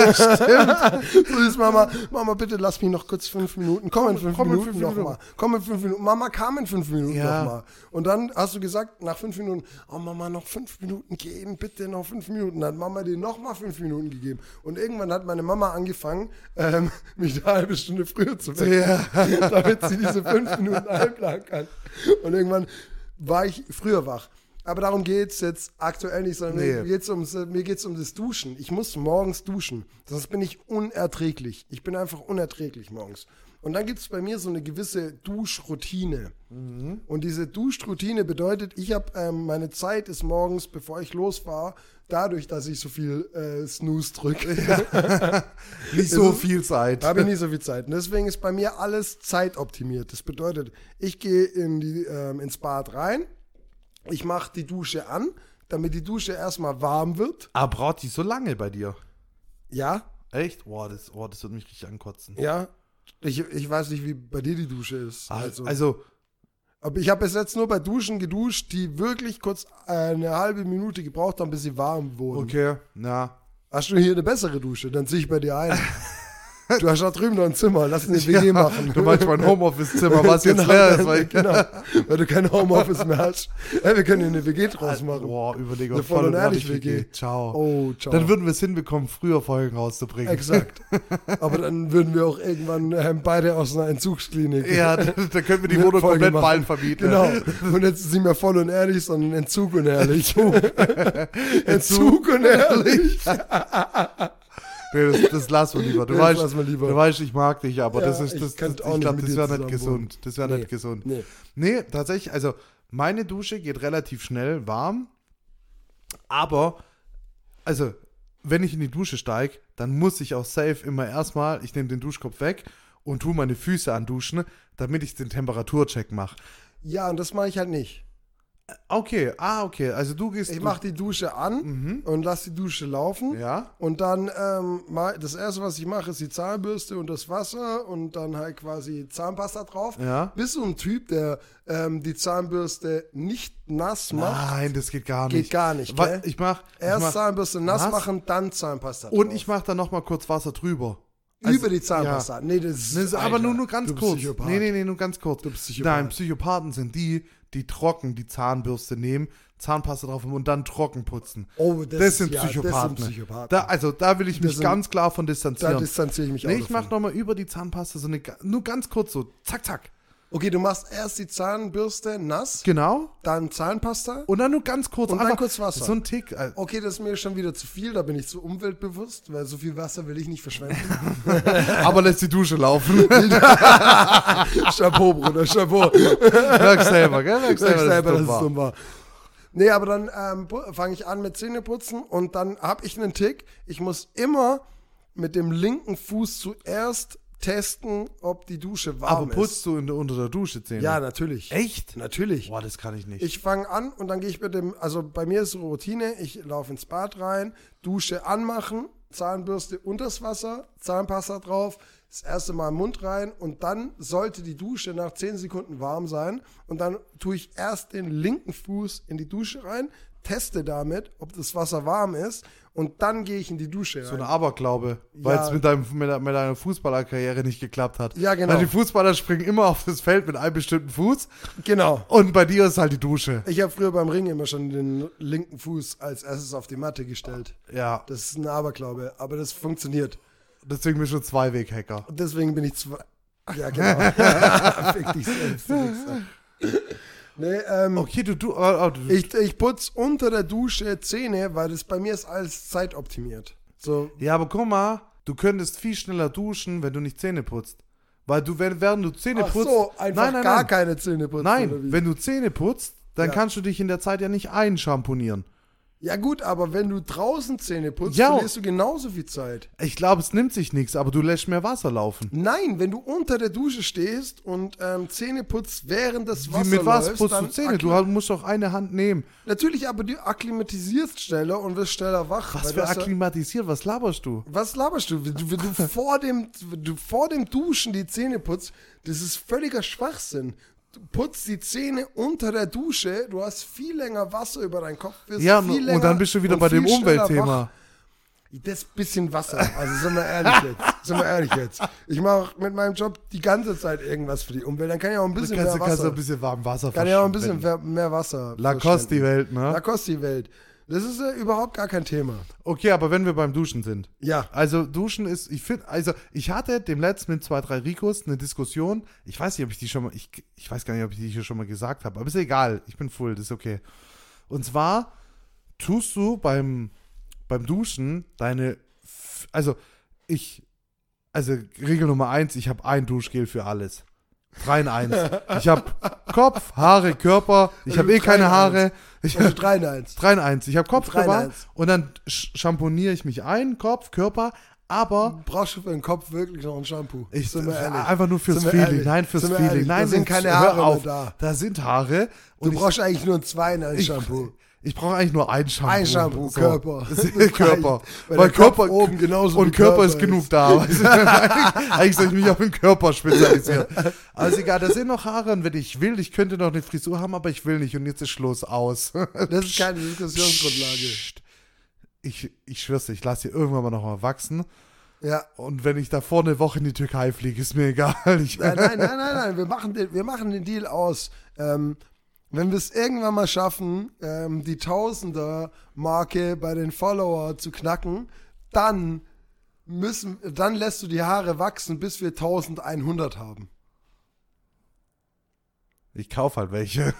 stimmt. So ist Mama, bitte lass mich noch kurz 5 Minuten. Komm in 5 Minuten nochmal. Komm in 5 Minuten. Mama kam in 5 Minuten nochmal. Und dann hast du gesagt, nach 5 Minuten, oh Mama, noch 5 Minuten gehen, bitte noch 5 Minuten. Dann hat Mama dir nochmal 5 Minuten gegeben. Und irgendwann hat meine Mama angefangen, mich eine halbe Stunde früher zu wecken, damit sie diese 5 Minuten einplanen kann. Und irgendwann war ich früher wach. Aber darum geht es jetzt aktuell nicht, sondern mir geht's um das Duschen. Ich muss morgens duschen, sonst bin ich unerträglich. Ich bin einfach unerträglich morgens. Und dann gibt es bei mir so eine gewisse Duschroutine. Und diese Duschroutine bedeutet, meine Zeit ist morgens, bevor ich losfahre, dadurch, dass ich so viel Snooze drücke. Nicht so viel Zeit. Habe ich nicht so viel Zeit. Und deswegen ist bei mir alles zeitoptimiert. Das bedeutet, ich gehe ins Bad rein, ich mache die Dusche an, damit die Dusche erstmal warm wird. Aber braucht die so lange bei dir? Ja. Echt? Das wird mich richtig ankotzen. Ja. Ich weiß nicht, wie bei dir die Dusche ist. Also aber ich habe bis jetzt nur bei Duschen geduscht, die wirklich kurz eine halbe Minute gebraucht haben, bis sie warm wurden. okay, na. Hast du hier eine bessere Dusche? Dann ziehe ich bei dir ein. Du hast da drüben noch ein Zimmer, lass eine WG machen. Du meinst mein Homeoffice-Zimmer, was jetzt leer ist. Weil weil du kein Homeoffice mehr hast. Hey, wir können hier eine WG draus machen. Boah, überleg Eine mal, voll und ehrlich WG. Ciao. Oh, ciao. Dann würden wir es hinbekommen, früher Folgen rauszubringen. Exakt. Aber dann würden wir auch irgendwann beide aus einer Entzugsklinik. Ja, da können wir die eine Wohnung Folge komplett machen. bald vermieten. Genau. Und jetzt sind wir voll und ehrlich, sondern Entzug und ehrlich. Entzug und ehrlich. Nee, das lassen wir lieber. Du weißt, ich mag dich, aber Ja, ich glaube, das wäre nicht gesund. Das wäre nicht gesund. Nee, tatsächlich, also meine Dusche geht relativ schnell warm, aber, also, wenn ich in die Dusche steige, dann muss ich auch safe immer erstmal, ich nehme den Duschkopf weg und tue meine Füße anduschen, damit ich den Temperaturcheck mache. Ja, und das mache ich halt nicht. Okay, also du gehst... Ich mache die Dusche an und lasse die Dusche laufen. Ja. Und dann, das erste, was ich mache, ist die Zahnbürste und das Wasser und dann halt quasi Zahnpasta drauf. Ja. Bist du ein Typ, der die Zahnbürste nicht nass macht? Nein, das geht gar nicht. Geht gar nicht, gell? Erst Zahnbürste nass machen, dann Zahnpasta drauf. und ich mache dann nochmal kurz Wasser drüber. Über die Zahnpasta. Ja. Nee, das ist Aber nur ganz du kurz. Psychopath. Nee, nur ganz kurz. Du bist Psychopath. Nein, Psychopathen sind die trocken die Zahnbürste nehmen, Zahnpasta drauf haben und dann trocken putzen. Oh, das sind Psychopathen. Da will ich mich ganz klar von distanzieren. Da distanziere ich mich auch Nee, ich davon. mache nochmal über die Zahnpasta nur ganz kurz so, zack, zack. Okay, du machst erst die Zahnbürste nass, Genau. dann Zahnpasta. Und dann nur ganz kurz. Und dann einfach kurz Wasser. So ein Tick. Okay, das ist mir schon wieder zu viel, da bin ich zu umweltbewusst, weil so viel Wasser will ich nicht verschwenden. Aber lässt die Dusche laufen. Chapeau, Bruder, Chapeau. Merk selber, gell? Merk Dass es dumm war. Nee, aber dann fange ich an mit Zähneputzen und dann habe ich einen Tick. Ich muss immer mit dem linken Fuß zuerst testen, ob die Dusche warm ist. Aber putzt du unter der Dusche Zähne? Ja, natürlich. Echt? Natürlich. Boah, das kann ich nicht. Ich fange an und dann gehe ich also bei mir ist so Routine, ich laufe ins Bad rein, Dusche anmachen, Zahnbürste unters Wasser, Zahnpasta drauf, das erste Mal im Mund rein und dann sollte die Dusche nach 10 Sekunden warm sein und dann tue ich erst den linken Fuß in die Dusche rein, teste damit, ob das Wasser warm ist und dann gehe ich in die Dusche rein. So eine Aberglaube, weil es mit deiner Fußballerkarriere nicht geklappt hat. Ja, genau. Weil die Fußballer springen immer auf das Feld mit einem bestimmten Fuß. Genau. Und bei dir ist halt die Dusche. Ich habe früher beim Ringen immer schon den linken Fuß als erstes auf die Matte gestellt. Ja. Das ist ein Aberglaube, aber das funktioniert. Deswegen bin ich schon Zweiweg-Hacker. Und deswegen bin ich Ja, genau. Fick dich selbst. Nee, Okay, du ich putze unter der Dusche Zähne, weil das bei mir ist alles zeitoptimiert. So. Ja, aber guck mal, du könntest viel schneller duschen, wenn du nicht Zähne putzt. Weil du, während du Zähne Ach putzt... so, einfach nein, gar keine Zähne putzen. Nein, oder wie? wenn du Zähne putzt, dann Ja. kannst du dich in der Zeit ja nicht einschamponieren. Ja gut, aber wenn du draußen Zähne putzt, Ja. verlierst du genauso viel Zeit. Ich glaube, es nimmt sich nichts, aber du lässt mehr Wasser laufen. Nein, wenn du unter der Dusche stehst und Zähne putzt, während das Wasser Mit was läuft, putzt du dann Zähne? Du musst doch eine Hand nehmen. Natürlich, aber du akklimatisierst schneller und wirst schneller wach. Was weil für das ja- akklimatisiert? Was laberst du? Was laberst du? Wenn du vor dem Duschen die Zähne putzt, das ist völliger Schwachsinn. Du putzt die Zähne unter der Dusche, du hast viel länger Wasser über deinen Kopf. Wirst Ja, viel und länger dann bist du wieder und bei dem viel schneller Umweltthema. wach. Das bisschen Wasser, also sind wir ehrlich jetzt. Ich mache mit meinem Job die ganze Zeit irgendwas für die Umwelt, dann kann ich auch ein bisschen mehr Kannst du Wasser. ein bisschen warm Wasser Kann ich auch ein bisschen verschwenden. mehr Wasser. Lacoste die Welt, ne? Lacoste die Welt. Das ist überhaupt gar kein Thema. Okay, aber wenn wir beim Duschen sind. Ja. Also Duschen ist, ich hatte demnächst mit 2, 3 Ricos eine Diskussion. Ich weiß nicht, ob ich die schon mal, ich weiß gar nicht, ob ich die hier schon mal gesagt habe, aber ist egal, ich bin full, das ist okay. Und zwar tust du beim Duschen Regel Nummer 1, ich habe ein Duschgel für alles. 3 in 1. Ich habe Kopf, Haare, Körper, ich habe 3 keine in Haare. Ich Also 3 in 1. 3 in 1. Ich habe Kopf, 3 in Körper 1. und dann schamponiere ich mich ein, Kopf, Körper, aber Brauchst du für den Kopf wirklich noch ein Shampoo? sind wir ehrlich. einfach nur fürs Sind wir Feeling. ehrlich? Nein, fürs Sind wir Feeling. ehrlich? Nein, Da sind keine hör Haare mehr auf. da. Da sind Haare. Du brauchst eigentlich nur ein 2 in 1 Shampoo. Ich brauche eigentlich nur ein Shampoo. Ein Shampoo, Körper. Das Körper. reicht. Weil Weil der Kopf Körper oben genauso und wie Körper Körper ist genug da. Weißt du? Eigentlich soll ich mich auf den Körper spezialisieren. Also egal, da sind noch Haare und wenn ich will, ich könnte noch eine Frisur haben, aber ich will nicht und jetzt ist Schluss aus. Das ist keine Diskussionsgrundlage. Psst. Ich schwör's dir, ich lasse die irgendwann mal wachsen. Ja. Und wenn ich davor eine Woche in die Türkei fliege, ist mir egal. Nein. Wir machen den Deal aus. Wenn wir es irgendwann mal schaffen, die Tausender-Marke bei den Follower zu knacken, dann lässt du die Haare wachsen, bis wir 1100 haben. Ich kauf halt welche.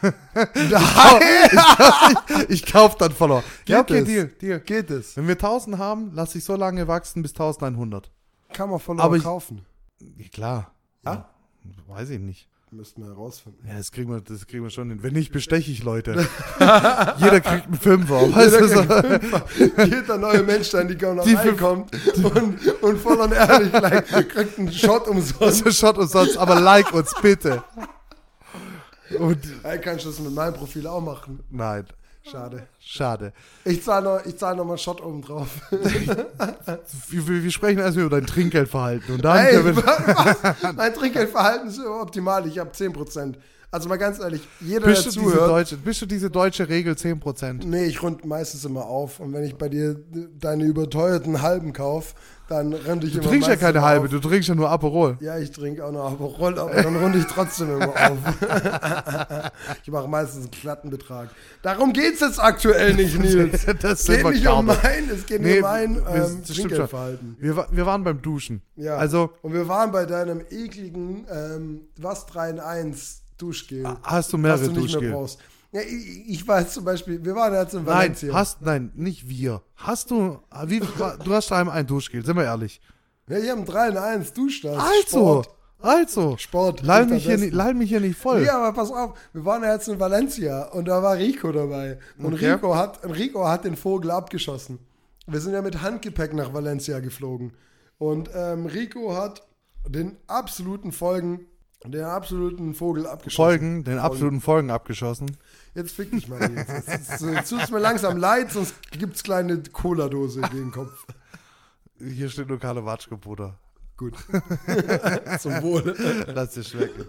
Nein! Ich kauf dann Follower. Ja, okay, es? Deal. Geht es? Wenn wir 1000 haben, lasse ich so lange wachsen bis 1100. Kann man Follower Aber kaufen. Ja, klar. Ja? Weiß ich nicht. Müssten wir herausfinden. Ja, das kriegen wir schon hin. Wenn nicht, besteche ich Leute. Jeder kriegt einen Fünfer. Weißt du so? Jeder neue Mensch, der in die Gaunerei Die fünf- kommt und voll und ehrlich kriegt einen Shot Das umsonst. ist Shot umsonst, aber like uns bitte. Und Hey, kannst du das mit meinem Profil auch machen? nein, Schade. schade. Ich zahl noch mal einen Shot oben drauf. Wir sprechen erst über dein Trinkgeldverhalten. Und dann Hey, können wir, was? Mein Trinkgeldverhalten ist optimal. Ich habe 10%. Also mal ganz ehrlich, jeder, der zuhört. bist du diese deutsche Regel 10%? Nee, ich rund meistens immer auf. Und wenn ich bei dir deine überteuerten Halben kaufe, dann rund ich Du immer trinkst ja meistens keine immer halbe, auf. du trinkst ja nur Aperol. Ja, ich trinke auch noch Aperol, aber dann runde ich trotzdem immer auf. Ich mache meistens einen glatten Betrag. Darum geht's jetzt aktuell nicht, Nils. Das Es sind geht wir nicht um Kabel. es geht Nee, um mein das stimmt schon. Trinkgeldverhalten. Wir waren beim Duschen. Ja. Also, Und wir waren bei deinem ekligen 3 in 1 Duschgel. hast du mehrere was du nicht mehr Duschgel? brauchst. Ja, ich weiß zum Beispiel, wir waren jetzt in Nein, Valencia. nicht wir. du hast einmal ein Duschgel, sind wir ehrlich. Ja, ich habe einen 3 in 1 Duschdas. Sport. Leih Nicht mich, am besten. hier nicht voll. Ja, aber pass auf, wir waren ja jetzt in Valencia und da war Rico dabei. Und Okay. Rico hat den Vogel abgeschossen. Wir sind ja mit Handgepäck nach Valencia geflogen. Und Rico hat den absoluten Vogel abgeschossen. Den absoluten Folgen abgeschossen. Jetzt fick dich mal jetzt tut's mir langsam leid, sonst gibt's kleine Cola-Dose gegen den Kopf. Hier steht nur Karle Watschke, Bruder. Gut. Zum Wohle. Lass dir schmecken.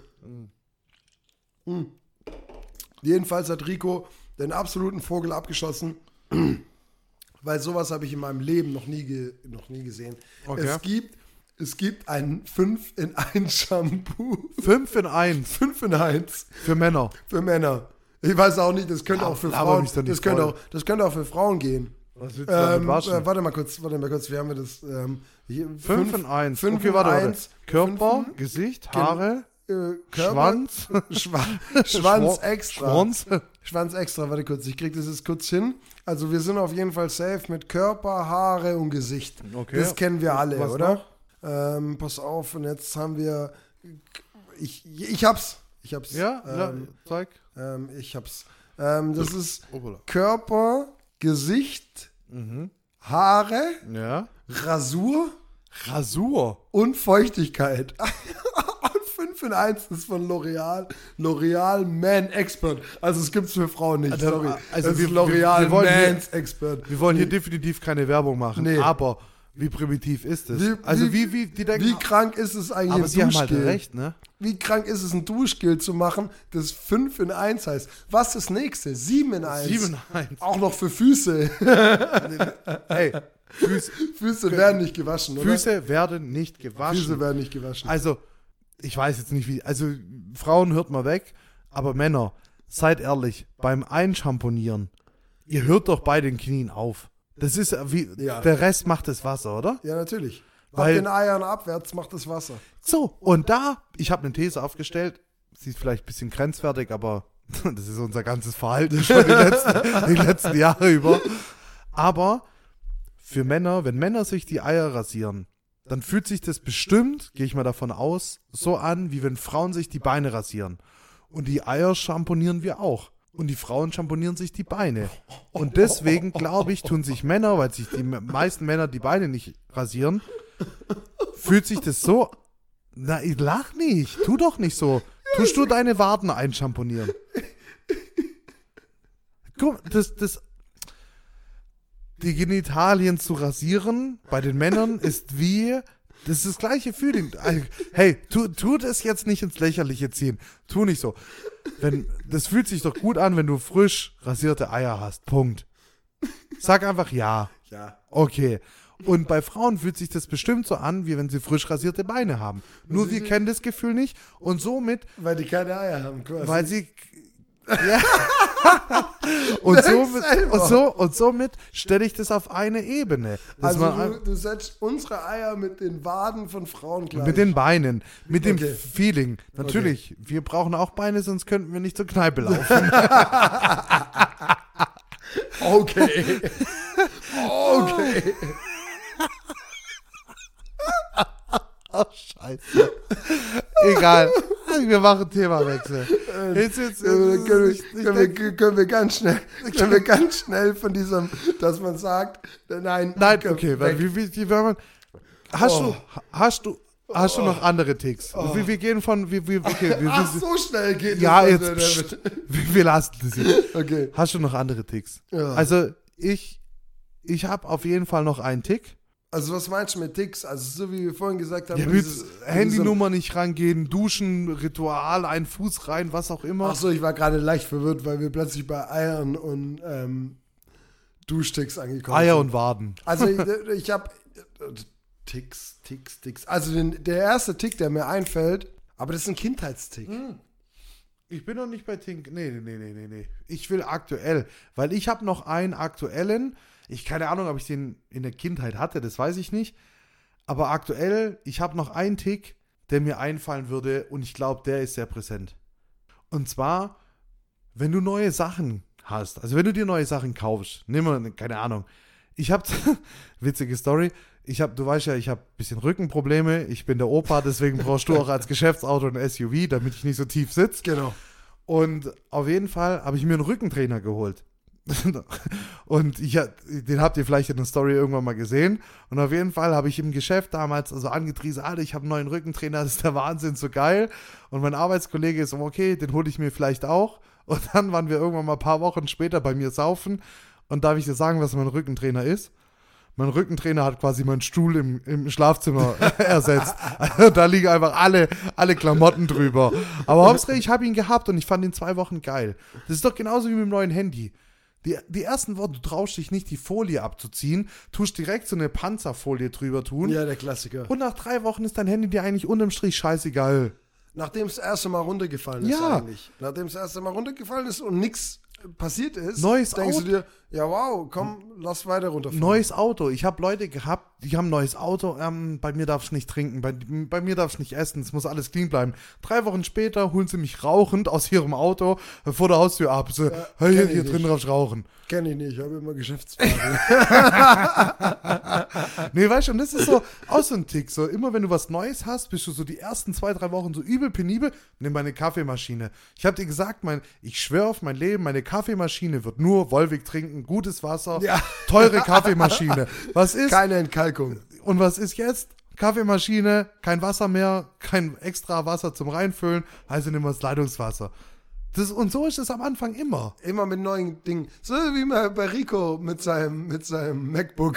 Jedenfalls hat Rico den absoluten Vogel abgeschossen, weil sowas habe ich in meinem Leben noch nie gesehen. Okay. Es gibt ein 5 in 1 Shampoo. 5 in 1 5 in 1 für Männer. für Männer. Ich weiß auch nicht, das könnte auch für laber Frauen. mich doch nicht Das könnte auch für Frauen gehen. Was willst du damit waschen? Warte mal kurz, wie haben wir das? 5 in 1. 5 Okay, in warte. 1. Körper, Fünf- Gesicht, Haare, Körper, Schwanz extra. Schwanz. Schwanz extra, warte kurz, ich krieg das jetzt kurz hin. Also wir sind auf jeden Fall safe mit Körper, Haare und Gesicht. Okay. Das kennen wir alle, Was oder? Pass auf, und jetzt haben wir, ich hab's. Ja, zeig. Ich hab's. Das ist Obala. Körper, Gesicht, Haare, Ja. Rasur und Feuchtigkeit. Und 5 in 1 ist von L'Oreal. L'Oreal Man Expert. Also es gibt's für Frauen nicht, sorry. Also es wir- ist L'Oreal wir wollen hier- Man's Expert. Wir wollen hier definitiv keine Werbung machen, Nee. aber wie primitiv ist es? Wie die denken, Wie krank ist es eigentlich, aber ein sie haben halt Duschgel? recht, ne? Wie krank ist es, ein Duschgel zu machen, das 5 in 1 heißt? Was ist das nächste? 7 in 1. 7 in 1. Auch noch für Füße. Hey, Füße werden nicht gewaschen, oder? Füße werden nicht gewaschen. Füße werden nicht gewaschen. Also, ich weiß jetzt nicht wie, also Frauen hört mal weg, aber Männer, seid ehrlich, beim Einschamponieren, ihr hört doch bei den Knien auf. Das ist wie, Ja. der Rest macht das Wasser, oder? Ja, natürlich. Weil- Ab den Eiern abwärts macht das Wasser. So, und da, ich habe eine These aufgestellt, sie ist vielleicht ein bisschen grenzwertig, aber das ist unser ganzes Verhalten schon die letzten Jahre über. Aber für Männer, wenn Männer sich die Eier rasieren, dann fühlt sich das bestimmt, gehe ich mal davon aus, so an, wie wenn Frauen sich die Beine rasieren. Und die Eier schamponieren wir auch. Und die Frauen schamponieren sich die Beine. Und deswegen, glaube ich, tun sich Männer, weil sich die meisten Männer die Beine nicht rasieren, fühlt sich das so. Na, ich lach nicht. Tu doch nicht so. Tust du deine Waden einschamponieren? Guck, die Genitalien zu rasieren bei den Männern ist wie. Das ist das gleiche Feeling. Hey, tu das jetzt nicht ins Lächerliche ziehen. Tu nicht so. Das fühlt sich doch gut an, wenn du frisch rasierte Eier hast. Punkt. Sag einfach ja. Ja. Okay. Und bei Frauen fühlt sich das bestimmt so an, wie wenn sie frisch rasierte Beine haben. Nur wir kennen das Gefühl nicht und somit, Weil die keine Eier haben, quasi. weil sie ja. und somit stelle ich das auf eine Ebene. Dass Also man du setzt unsere Eier mit den Waden von Frauen gleich. mit den Beinen, mit dem Okay. Feeling. Natürlich, wir brauchen auch Beine, sonst könnten wir nicht zur Kneipe laufen. Okay. Okay. Oh, scheiße. Egal. Wir machen Themawechsel. Können wir ganz schnell von diesem, dass man sagt, nein. Okay, weil hast du noch andere Ticks? Wir gehen von, Ach, so schnell geht ja, es. jetzt, wir lassen das jetzt. Okay. Hast du noch andere Ticks? Ja. Also, ich habe auf jeden Fall noch einen Tick. Also was meinst du mit Ticks? Also so wie wir vorhin gesagt haben. Ja, mit Handynummer nicht rangehen, duschen, Ritual, einen Fuß rein, was auch immer. Achso, ich war gerade leicht verwirrt, weil wir plötzlich bei Eiern und Duschticks angekommen Eier sind. und Waden. Also ich habe Ticks. Also der erste Tick, der mir einfällt, aber das ist ein Kindheitstick. Ich bin noch nicht bei Tink. Nee. Ich will aktuell, weil ich habe noch einen aktuellen. Keine Ahnung, ob ich den in der Kindheit hatte, das weiß ich nicht. Aber aktuell, ich habe noch einen Tick, der mir einfallen würde und ich glaube, der ist sehr präsent. Und zwar, wenn du neue Sachen hast, also wenn du dir neue Sachen kaufst, nimm mal, keine Ahnung. Ich habe, witzige Story, du weißt ja, ich habe ein bisschen Rückenprobleme, ich bin der Opa, deswegen brauchst du auch als Geschäftsauto ein SUV, damit ich nicht so tief sitze. Genau. Und auf jeden Fall habe ich mir einen Rückentrainer geholt. Und den habt ihr vielleicht in der Story irgendwann mal gesehen. Und auf jeden Fall habe ich im Geschäft damals also angetrieben, Alter, ich habe einen neuen Rückentrainer, das ist der Wahnsinn, so geil. Und mein Arbeitskollege ist so, okay, den hole ich mir vielleicht auch. Und dann waren wir irgendwann mal ein paar Wochen später bei mir saufen. Und darf ich dir sagen, was mein Rückentrainer ist? Mein Rückentrainer hat quasi meinen Stuhl im Schlafzimmer ersetzt. Also da liegen einfach alle Klamotten drüber. Aber Hauptsache, ich habe ihn gehabt und ich fand ihn 2 Wochen geil. Das ist doch genauso wie mit dem neuen Handy. Die ersten Wochen, du traust dich nicht, die Folie abzuziehen, tust direkt so eine Panzerfolie drüber tun. Ja, der Klassiker. Und nach 3 Wochen ist dein Handy dir eigentlich unterm Strich scheißegal. Nachdem es das erste Mal runtergefallen ist Ja. eigentlich. Nachdem es das erste Mal runtergefallen ist und nichts passiert ist, Neues denkst Auto. du dir, Ja, wow, komm, lass weiter runterfahren. Neues Auto. Ich habe Leute gehabt, die haben ein neues Auto. Bei mir darfst du nicht trinken, bei mir darfst du nicht essen. Es muss alles clean bleiben. 3 Wochen später holen sie mich rauchend aus ihrem Auto vor der Haustür ab. So, hey, hier drin darfst du rauchen. Kenn ich nicht, ich habe immer Geschäftswagen. Nee, weißt du, und das ist so auch so ein Tick. So, immer wenn du was Neues hast, bist du so die ersten 2, 3 Wochen so übel penibel. Nimm meine Kaffeemaschine. Ich habe dir gesagt, ich schwöre auf mein Leben, meine Kaffeemaschine wird nur Wolwig trinken, gutes Wasser, teure Kaffeemaschine. Was ist? Keine Entkalkung. Und was ist jetzt? Kaffeemaschine, kein Wasser mehr, kein extra Wasser zum Reinfüllen, also nehmen wir das Leitungswasser. Und so ist es am Anfang immer. Immer mit neuen Dingen. So wie mal bei Rico mit seinem MacBook.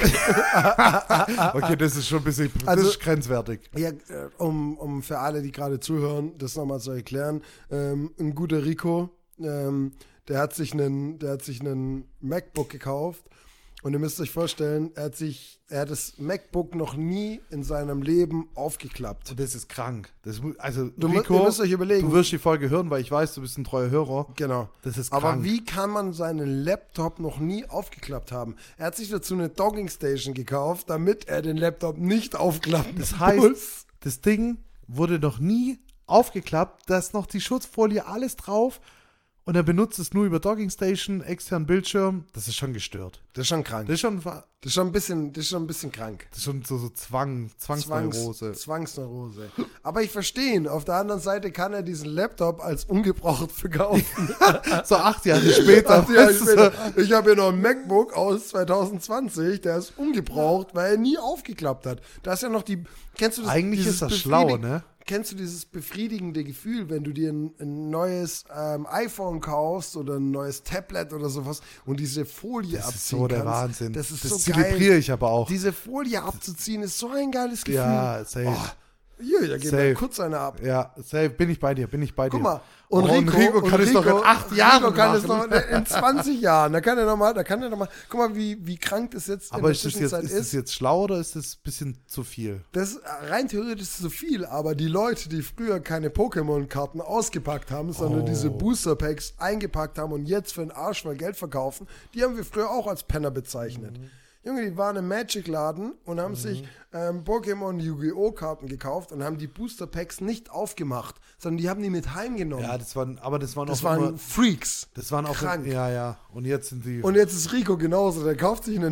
Okay, das ist schon ein bisschen das ist grenzwertig. Ja, um für alle, die gerade zuhören, das nochmal zu erklären. Ein guter Rico, der hat sich einen MacBook gekauft. Und ihr müsst euch vorstellen, er hat das MacBook noch nie in seinem Leben aufgeklappt. Und das ist krank. Also, Rico, ihr müsst euch überlegen. Du wirst die Folge hören, weil ich weiß, du bist ein treuer Hörer. Genau. Das ist krank. Aber wie kann man seinen Laptop noch nie aufgeklappt haben? Er hat sich dazu eine Docking Station gekauft, damit er den Laptop nicht aufklappen muss. Das heißt, das Ding wurde noch nie aufgeklappt, da ist noch die Schutzfolie, alles drauf. Und er benutzt es nur über Docking Station, externen Bildschirm. Das ist schon gestört. Das ist schon krank. Das ist schon ein bisschen krank. Das ist schon so Zwangsneurose. Zwangsneurose. Aber ich verstehe ihn. Auf der anderen Seite kann er diesen Laptop als ungebraucht verkaufen. So 8 Jahre später. Ich habe hier noch ein MacBook aus 2020, der ist ungebraucht, weil er nie aufgeklappt hat. Da ist ja noch kennst du das? Eigentlich ist das schlau, ne? Kennst du dieses befriedigende Gefühl, wenn du dir ein neues iPhone kaufst oder ein neues Tablet oder sowas und diese Folie abziehen kannst? Das ist so der Wahnsinn. Das ist so geil. Das zelebriere ich aber auch. Diese Folie abzuziehen ist so ein geiles Gefühl. Ja, safe. Hier, da geht mir kurz eine ab. Ja, safe, bin ich bei dir. Guck mal, und Rico kann es doch in 8 Jahren Rico kann es noch in 20 Jahren. Da kann er noch mal, guck mal, wie krank das jetzt aber in der Zwischenzeit ist. Ist das jetzt schlau oder ist das ein bisschen zu viel? Das rein theoretisch ist zu viel, aber die Leute, die früher keine Pokémon-Karten ausgepackt haben, sondern diese Booster-Packs eingepackt haben und jetzt für den Arsch voll Geld verkaufen, die haben wir früher auch als Penner bezeichnet. Junge, die waren im Magic-Laden und haben sich Pokémon Yu-Gi-Oh! Karten gekauft und haben die Booster-Packs nicht aufgemacht, sondern die haben die mit heimgenommen. Ja, das waren Freaks. Das waren auch krank. Ja. Und jetzt sind die. Und jetzt ist Rico genauso. Der kauft sich einen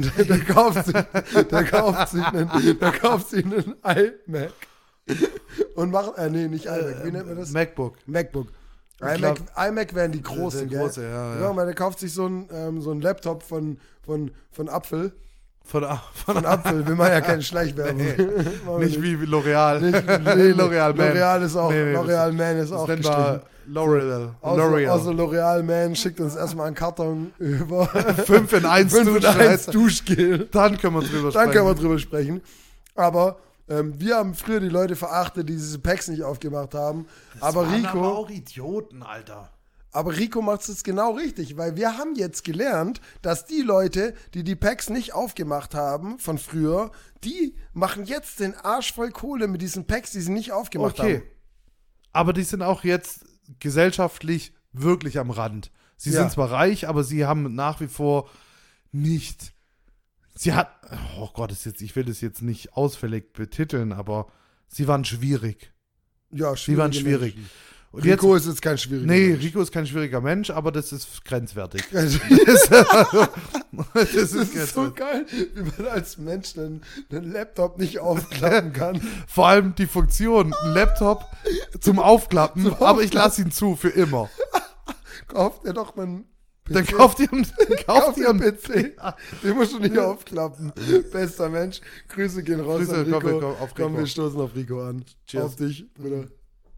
iMac. Und macht, nicht iMac, wie nennt man das? MacBook. iMac wären die großen, gell? Große, ja. Der kauft sich so einen Laptop von Apfel. Von Apfel, will man ja keine Schleichwerbung. Nicht wie L'Oreal. L'Oreal Man. L'Oreal Man ist auch gestrichen. L'Oreal. Also L'Oreal Man schickt uns erstmal einen Karton über 5 in 1 Duschgel. Dann können wir drüber sprechen. Aber wir haben früher die Leute verachtet, die diese Packs nicht aufgemacht haben. Aber Rico auch Idioten, Alter. Aber Rico macht es jetzt genau richtig, weil wir haben jetzt gelernt, dass die Leute, die Packs nicht aufgemacht haben von früher, die machen jetzt den Arsch voll Kohle mit diesen Packs, die sie nicht aufgemacht haben. Aber die sind auch jetzt gesellschaftlich wirklich am Rand. Sie sind zwar reich, aber sie haben nach wie vor nicht. Oh Gott, ich will das jetzt nicht ausfällig betiteln, aber sie waren schwierig. Ja, sie waren schwierig. Und Rico ist jetzt kein schwieriger Mensch. Rico ist kein schwieriger Mensch, aber das ist grenzwertig. Das ist so geil, wie man als Mensch einen Laptop nicht aufklappen kann. Vor allem die Funktion, ein Laptop zum Aufklappen, aber ich lasse ihn zu, für immer. Kauft er doch einen PC. Dann kauft ihr einen PC. Den musst du nicht aufklappen. Bester Mensch. Grüße gehen raus an Rico. Komm, wir stoßen auf Rico an. Cheers. Auf dich, Bruder.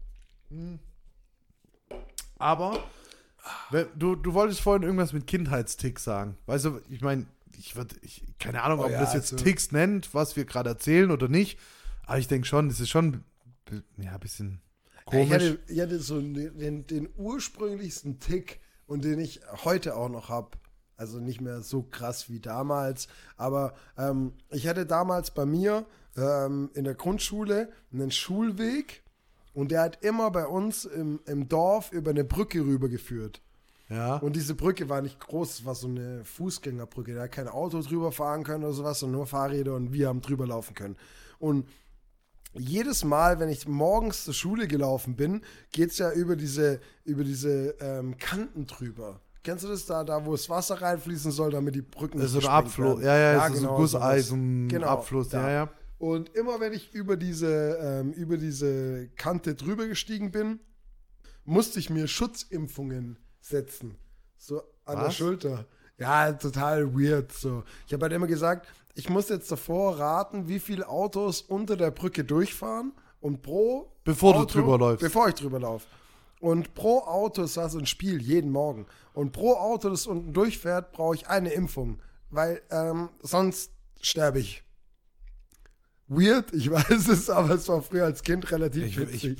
Aber du wolltest vorhin irgendwas mit Kindheitstick sagen. Weißt du, ich meine, keine Ahnung, ob man das jetzt Ticks nennt, was wir gerade erzählen oder nicht. Aber ich denke schon, das ist schon ein bisschen komisch. Ich hatte so den ursprünglichsten Tick und den ich heute auch noch habe. Also nicht mehr so krass wie damals. Aber ich hatte damals bei mir in der Grundschule einen Schulweg. Und der hat immer bei uns im Dorf über eine Brücke rübergeführt. Ja. Und diese Brücke war nicht groß, es war so eine Fußgängerbrücke. Da hat kein Auto drüber fahren können oder sowas, sondern nur Fahrräder und wir haben drüber laufen können. Und jedes Mal, wenn ich morgens zur Schule gelaufen bin, geht es ja über diese Kanten drüber. Kennst du das da wo das Wasser reinfließen soll, damit die Brücken Das ist nicht so ein Abfluss. Ja, genau, so Gussei, so ein Genau, Abfluss. da. Ja. Und immer wenn ich über diese Kante drüber gestiegen bin, musste ich mir Schutzimpfungen setzen. So an der Schulter. Ja, total weird. So. Ich habe halt immer gesagt, ich muss jetzt davor raten, wie viele Autos unter der Brücke durchfahren und Bevor du drüber läufst. Bevor ich drüber laufe. Und pro Auto, es war so ein Spiel, jeden Morgen. Und pro Auto, das unten durchfährt, brauche ich eine Impfung. Weil sonst sterbe ich. Weird, ich weiß es, aber es war früher als Kind relativ witzig.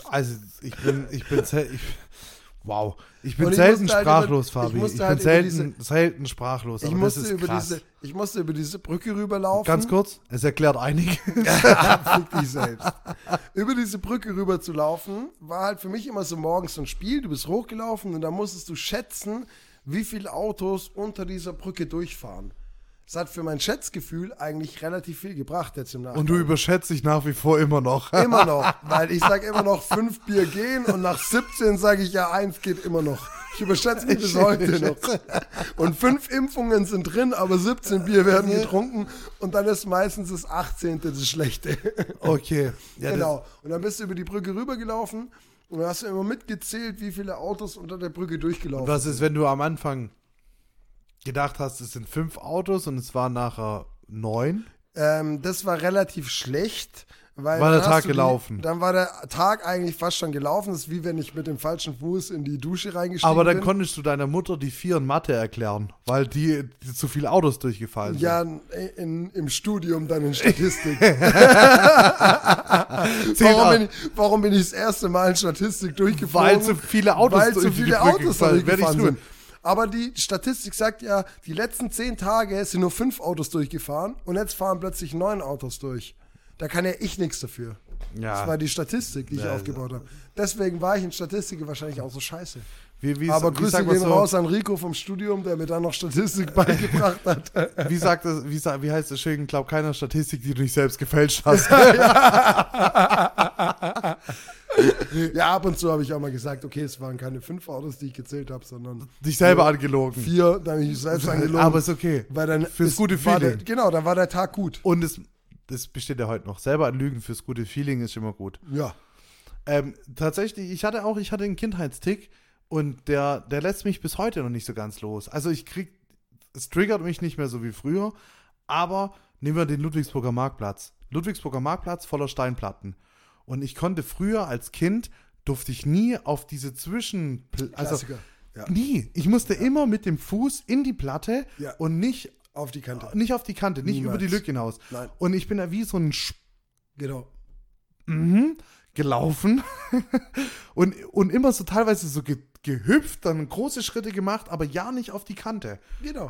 Wow. Ich bin Und ich selten musste halt sprachlos, über- Fabi. ich musste Ich bin halt über selten sprachlos. Ich Aber das ist krass. musste über diese Brücke rüberlaufen. Ganz kurz, es erklärt einig. Fick dich selbst. Über diese Brücke rüber zu laufen, war halt für mich immer so morgens so ein Spiel. Du bist hochgelaufen und da musstest du schätzen, wie viele Autos unter dieser Brücke durchfahren. Das hat für mein Schätzgefühl eigentlich relativ viel gebracht jetzt im Nachhinein. Und du überschätzt dich nach wie vor immer noch. Immer noch, weil ich sage immer noch 5 Bier gehen und nach 17 sage ich ja 1 geht immer noch. Ich überschätze mich bis heute noch. Und 5 Impfungen sind drin, aber 17 Bier werden getrunken und dann ist meistens das 18. das Schlechte. Okay. Ja, Genau. Und dann bist du über die Brücke rübergelaufen und dann hast du immer mitgezählt, wie viele Autos unter der Brücke durchgelaufen Was ist, wenn du am Anfang gedacht hast, es sind 5 Autos und es waren nachher 9? Das war relativ schlecht, weil War dann der hast Tag du gelaufen? Dann war der Tag eigentlich fast schon gelaufen. Das ist wie wenn ich mit dem falschen Fuß in die Dusche reingestiegen Aber dann bin. konntest du deiner Mutter die 4 in Mathe erklären, weil die zu viele Autos durchgefallen sind. Ja, im Studium dann in Statistik. Warum bin ich das erste Mal in Statistik durchgefallen? Weil zu viele Autos Weil zu durch die viele Brücke Autos gefallen. Werde ich durchgefahren tun. sind. Aber die Statistik sagt ja, die letzten 10 Tage sind nur 5 Autos durchgefahren und jetzt fahren plötzlich 9 Autos durch. Da kann ja ich nichts dafür. Ja. Das war die Statistik, die ich aufgebaut habe. Deswegen war ich in Statistik wahrscheinlich auch so scheiße. wie Aber Grüße sagt man gehen so, raus an Rico vom Studium, der mir dann noch Statistik beigebracht hat. wie heißt das schön? Glaub keiner Statistik, die du nicht selbst gefälscht hast. Ja, ab und zu habe ich auch mal gesagt, okay, es waren keine 5 Autos, die ich gezählt habe, sondern Dich selber angelogen. 4, dann habe ich mich selbst angelogen. Aber ist okay. Weil dann Fürs gute war Feeling. Dann war der Tag gut. Und das besteht ja heute noch. Selber anlügen fürs gute Feeling ist immer gut. Ja. Tatsächlich, ich hatte einen Kindheitstick und der lässt mich bis heute noch nicht so ganz los. Also es triggert mich nicht mehr so wie früher, aber nehmen wir den Ludwigsburger Marktplatz. Ludwigsburger Marktplatz voller Steinplatten. Und ich konnte früher als Kind, durfte ich nie auf diese Klassiker. Ja. Nie. Ich musste immer mit dem Fuß in die Platte und nicht Auf die Kante. nicht auf die Kante, nicht Niemals. über die Lücke hinaus. Nein. Und ich bin da wie so ein Genau. gelaufen und immer so teilweise so gehüpft, dann große Schritte gemacht, aber ja nicht auf die Kante. Genau.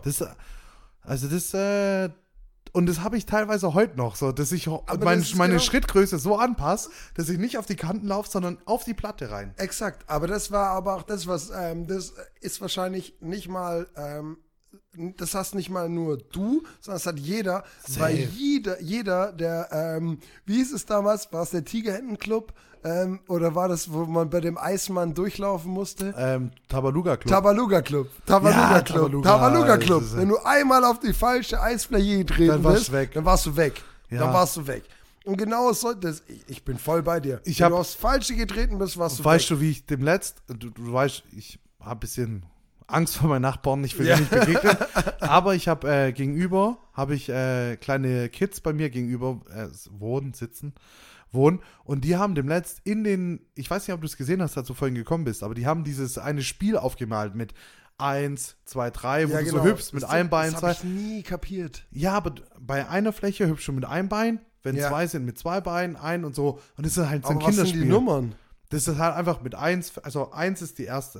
Und das habe ich teilweise heute noch, so, dass ich Aber meine das ist genau- Schrittgröße so anpasse, dass ich nicht auf die Kanten laufe, sondern auf die Platte rein. Exakt. Aber das war aber auch das, was, das ist wahrscheinlich nicht mal, das hast nicht mal nur du, sondern das hat jeder, weil jeder, der, wie hieß es damals, war es der Tigerhändenclub, oder war das, wo man bei dem Eismann durchlaufen musste? Tabaluga Club. Tabaluga Club. Tabaluga, Tabaluga Club. das ist- Wenn du einmal auf die falsche Eisfläche getreten Dann warst bist, du weg. dann warst du weg. Ja. Dann warst du weg. Und genau so, ich bin voll bei dir. Ich Wenn hab- du aufs Falsche getreten bist, warst du Weißt weg. du, wie ich du weißt, ich habe ein bisschen Angst vor meinen Nachbarn, ich will dir nicht begegnen, aber ich habe gegenüber, kleine Kids bei mir gegenüber wohnen und die haben demnächst ich weiß nicht, ob du es gesehen hast, als du vorhin gekommen bist, aber die haben dieses eine Spiel aufgemalt mit 1, 2, 3, wo Ja, du genau. so hüpfst mit einem Bein, Das zwei. habe ich nie kapiert. Ja, aber bei einer Fläche hüpfst du mit einem Bein, wenn Ja. 2 sind mit 2 Beinen, ein und so. Und das ist halt so ein Aber was sind Kinderspiel. die Nummern? Das ist halt einfach mit 1, also 1 ist die erste.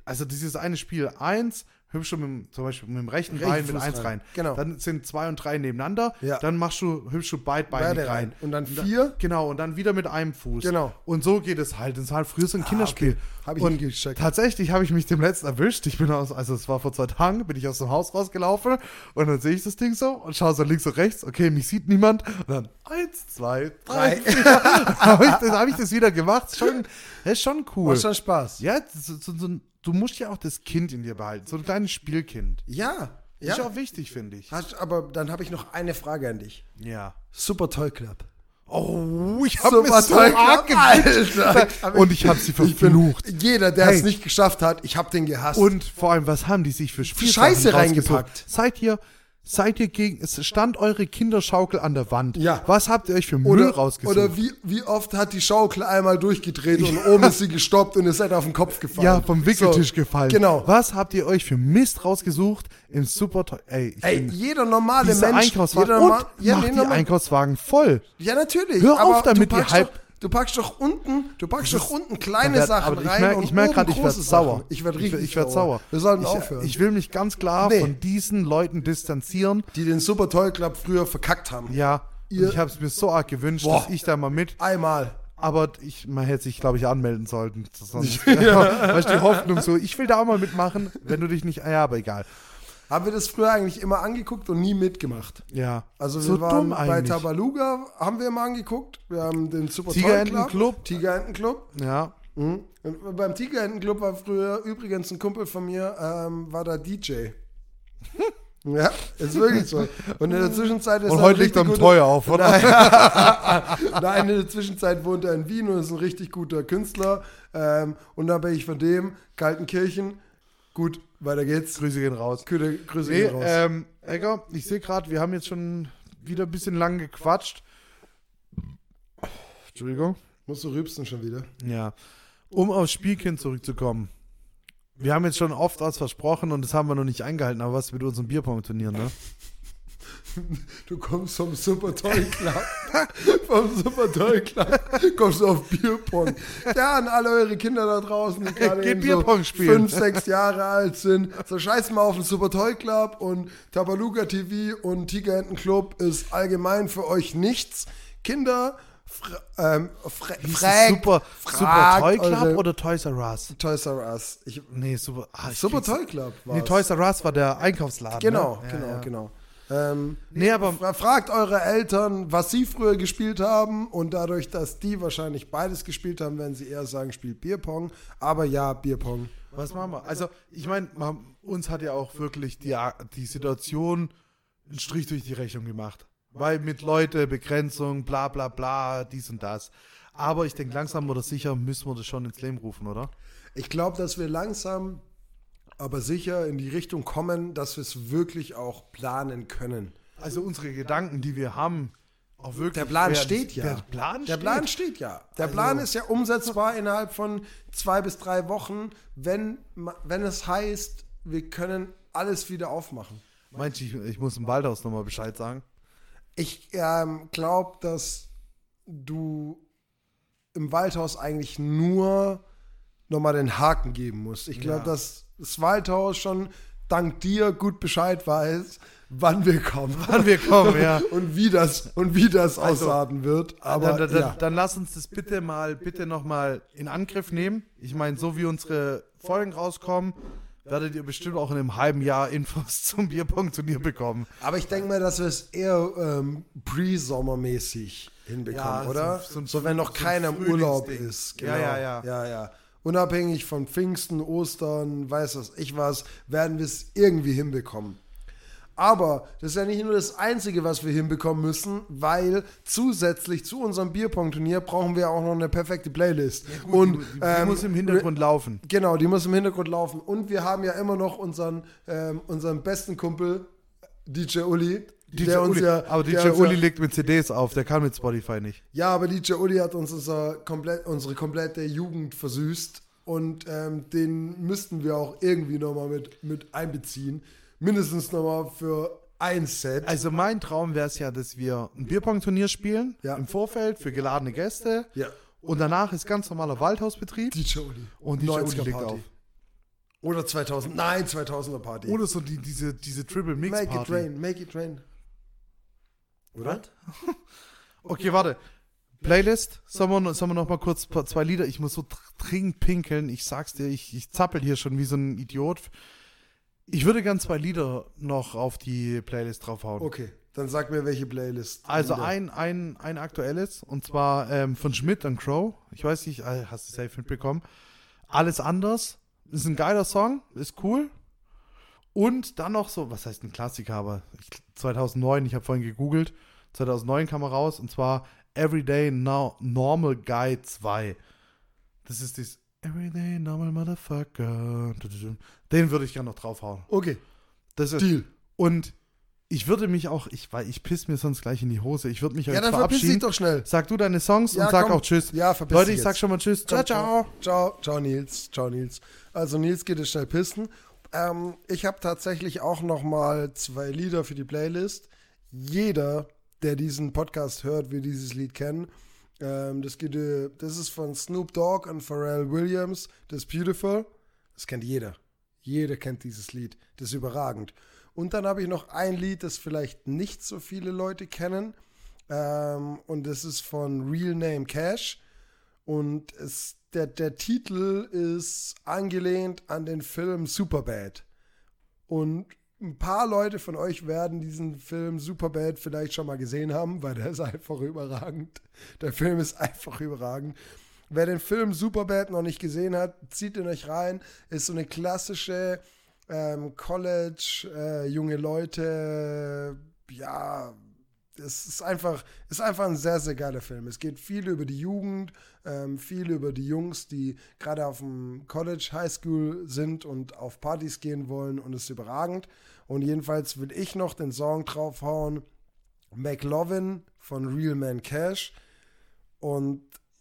also dieses eine Spiel 1, hüpfst du zum Beispiel mit dem rechten Bein mit 1 rein. Genau. Dann sind 2 und 3 nebeneinander. Ja. Dann hüpfst du beide rein. Und dann 4. Genau, und dann wieder mit einem Fuß. Genau. Und so geht es halt. Das ist halt früher so ein Kinderspiel. Okay. Hab ich und nie gecheckt. tatsächlich habe ich mich dem letzten erwischt. Also es war vor 2 Tagen, bin ich aus dem Haus rausgelaufen und dann sehe ich das Ding so und schaue so links und rechts. Okay, mich sieht niemand. Und dann 1, 2, 3, 4. Hab ich das wieder gemacht. Das ist schon cool. Macht schon Spaß. Ja, du musst ja auch das Kind in dir behalten. So ein kleines Spielkind. Ja. Ist auch wichtig, finde ich. Aber dann habe ich noch eine Frage an dich. Ja. Super Toy Club. Oh, ich habe mir so arg Alter. und ich habe sie verflucht. Jeder, der es nicht geschafft hat, ich habe den gehasst. Und vor allem, was haben die sich für Scheiße reingepackt? Seid ihr gegen, es stand eure Kinderschaukel an der Wand. Ja. Was habt ihr euch für Müll rausgesucht? Oder wie oft hat die Schaukel einmal durchgedreht und oben ist sie gestoppt und ist halt auf den Kopf gefallen. Ja, vom Wickeltisch gefallen. Genau. Was habt ihr euch für Mist rausgesucht im Super Toy? Jeder normale Mensch. Einkaufswagen. Die Einkaufswagen voll. Ja, natürlich. Hör auf damit, Du packst doch unten kleine Sachen rein. Ich merke gerade, ich werde sauer. Ich werde richtig ich werd sauer. Wir sollten aufhören. Ich will mich ganz klar von diesen Leuten distanzieren. Die den Super Toy Club früher verkackt haben. Ja, ich habe es mir so arg gewünscht, dass ich da mal mit... Einmal. Aber man hätte sich, glaube ich, anmelden sollten. Sonst, weißt du, die Hoffnung so, ich will da auch mal mitmachen, wenn du dich nicht... Ja, aber egal. Haben wir das früher eigentlich immer angeguckt und nie mitgemacht? Ja. Also wir so waren dumm bei eigentlich. Tabaluga, haben wir immer angeguckt. Wir haben den Super Tigerentenclub. Tigerentenclub. Ja. Mhm. Und beim Tigerentenclub war früher übrigens ein Kumpel von mir, war da DJ. Ja, ist wirklich so. Und in der Zwischenzeit ist und heute liegt er am Teuer auf, oder? Nein, in der Zwischenzeit wohnt er in Wien und ist ein richtig guter Künstler. Und dann bin ich von dem, Kaltenkirchen. Gut, weiter geht's. Grüße gehen raus. Grüße gehen raus. Egger, ich sehe gerade, wir haben jetzt schon wieder ein bisschen lang gequatscht. Entschuldigung. Musst du rülpsen schon wieder? Ja. Um aufs Spielkind zurückzukommen. Wir haben jetzt schon oft was versprochen und das haben wir noch nicht eingehalten, aber was mit unserem Bierpong-Turnier, ne? Du kommst vom Super Toy Club. Vom Super Toy Club kommst du auf Bierpong. Ja, an alle eure Kinder da draußen, die gerade eben Bierpong so spielen. 5, 6 Jahre alt sind. So scheiß mal auf den Super Toy Club und Tabaluga TV und Tigerentenclub ist allgemein für euch nichts. Kinder, Super Toy Club oder Toys R Us? Toys R Us. Super Toy Club war Nee, Toys R Us war der Einkaufsladen. Genau, ne? genau. Aber fragt eure Eltern, was sie früher gespielt haben und dadurch, dass die wahrscheinlich beides gespielt haben, werden sie eher sagen, spielt Bierpong. Aber ja, Bierpong. Was machen wir? Also, ich meine, uns hat ja auch wirklich die Situation einen Strich durch die Rechnung gemacht. Weil mit Leute, Begrenzung, bla bla bla, dies und das. Aber ich denke, langsam oder sicher müssen wir das schon ins Leben rufen, oder? Ich glaube, dass wir langsam, aber sicher in die Richtung kommen, dass wir es wirklich auch planen können. Also unsere Gedanken, die wir haben, auch wirklich. Der Plan steht ja. Der Plan steht ja. Der Plan ist ja umsetzbar innerhalb von 2 bis 3 Wochen, wenn es heißt, wir können alles wieder aufmachen. Meinst du, ich muss im Waldhaus nochmal Bescheid sagen? Ich glaube, dass du im Waldhaus eigentlich nur nochmal den Haken geben musst. Ich glaube, dass das Waldhaus schon dank dir gut Bescheid weiß, wann wir kommen. Ja. und wie das ausarten wird. Aber dann lass uns das bitte nochmal in Angriff nehmen. Ich meine, so wie unsere Folgen rauskommen, werdet ihr bestimmt auch in einem halben Jahr Infos zum Bierpong-Turnier bekommen. Aber ich denke mal, dass wir es eher pre-sommermäßig hinbekommen, oder? So wenn noch keiner im Urlaub ist. Genau. Ja. Unabhängig von Pfingsten, Ostern, weiß was ich was, werden wir es irgendwie hinbekommen. Aber das ist ja nicht nur das Einzige, was wir hinbekommen müssen, weil zusätzlich zu unserem Bierpong-Turnier brauchen wir auch noch eine perfekte Playlist. Ja, gut, und die muss im Hintergrund laufen. Genau, die muss im Hintergrund laufen. Und wir haben ja immer noch unseren besten Kumpel, DJ Uli. Aber DJ Uli legt mit CDs auf, der kann mit Spotify nicht. Ja, aber DJ Uli hat uns unsere komplette Jugend versüßt und den müssten wir auch irgendwie nochmal mit einbeziehen. Mindestens nochmal für ein Set. Also mein Traum wäre es ja, dass wir ein Bierpong-Turnier spielen, im Vorfeld für geladene Gäste. Ja. Und danach ist ganz normaler Waldhausbetrieb. DJ Uli. Und DJ Uli legt auf. Oder 2000er Party. Oder so diese Triple Mix Make Party. Make it rain. Oder? Okay, warte. Playlist, sollen wir noch mal kurz 2 Lieder, ich muss so dringend pinkeln, ich sag's dir, ich zappel hier schon wie so ein Idiot. Ich würde gern 2 Lieder noch auf die Playlist draufhauen. Okay, dann sag mir, welche Playlist. Also Lieder. ein aktuelles, und zwar von Schmidt und Crow, ich weiß nicht, hast du safe mitbekommen. Alles anders, ist ein geiler Song, ist cool. Und dann noch so, was heißt ein Klassiker, aber 2009, ich habe vorhin gegoogelt, 2009 kam er raus, und zwar Everyday Normal Guy 2. Das ist das Everyday Normal Motherfucker. Den würde ich gerne noch draufhauen. Okay, Das ist, Deal. Und ich würde mich auch, weil ich piss mir sonst gleich in die Hose, ich würde mich Ja, heute dann verpiss dich verabschieden. doch schnell. Sag du deine Songs Ja, und sag komm. auch Tschüss. Ja, verpiss Leute, dich ich jetzt. sag schon mal Tschüss. Ciao, ciao. Ciao, Nils. Ciao, Nils. Also Nils geht jetzt schnell pissen. Ich habe tatsächlich auch noch mal 2 Lieder für die Playlist. Jeder, der diesen Podcast hört, wird dieses Lied kennen. Das ist von Snoop Dogg und Pharrell Williams. Das ist Beautiful. Das kennt jeder. Jeder kennt dieses Lied. Das ist überragend. Und dann habe ich noch ein Lied, das vielleicht nicht so viele Leute kennen. Und das ist von Real Name Cash. Und der Titel ist angelehnt an den Film Superbad. Und ein paar Leute von euch werden diesen Film Superbad vielleicht schon mal gesehen haben, weil der ist einfach überragend. Der Film ist einfach überragend. Wer den Film Superbad noch nicht gesehen hat, zieht ihn euch rein. Ist so eine klassische College, junge Leute, ja, es ist einfach ein sehr, sehr geiler Film. Es geht viel über die Jugend, viel über die Jungs, die gerade auf dem College, Highschool sind und auf Partys gehen wollen, und es ist überragend. Und jedenfalls will ich noch den Song draufhauen, McLovin von Real Man Cash. Und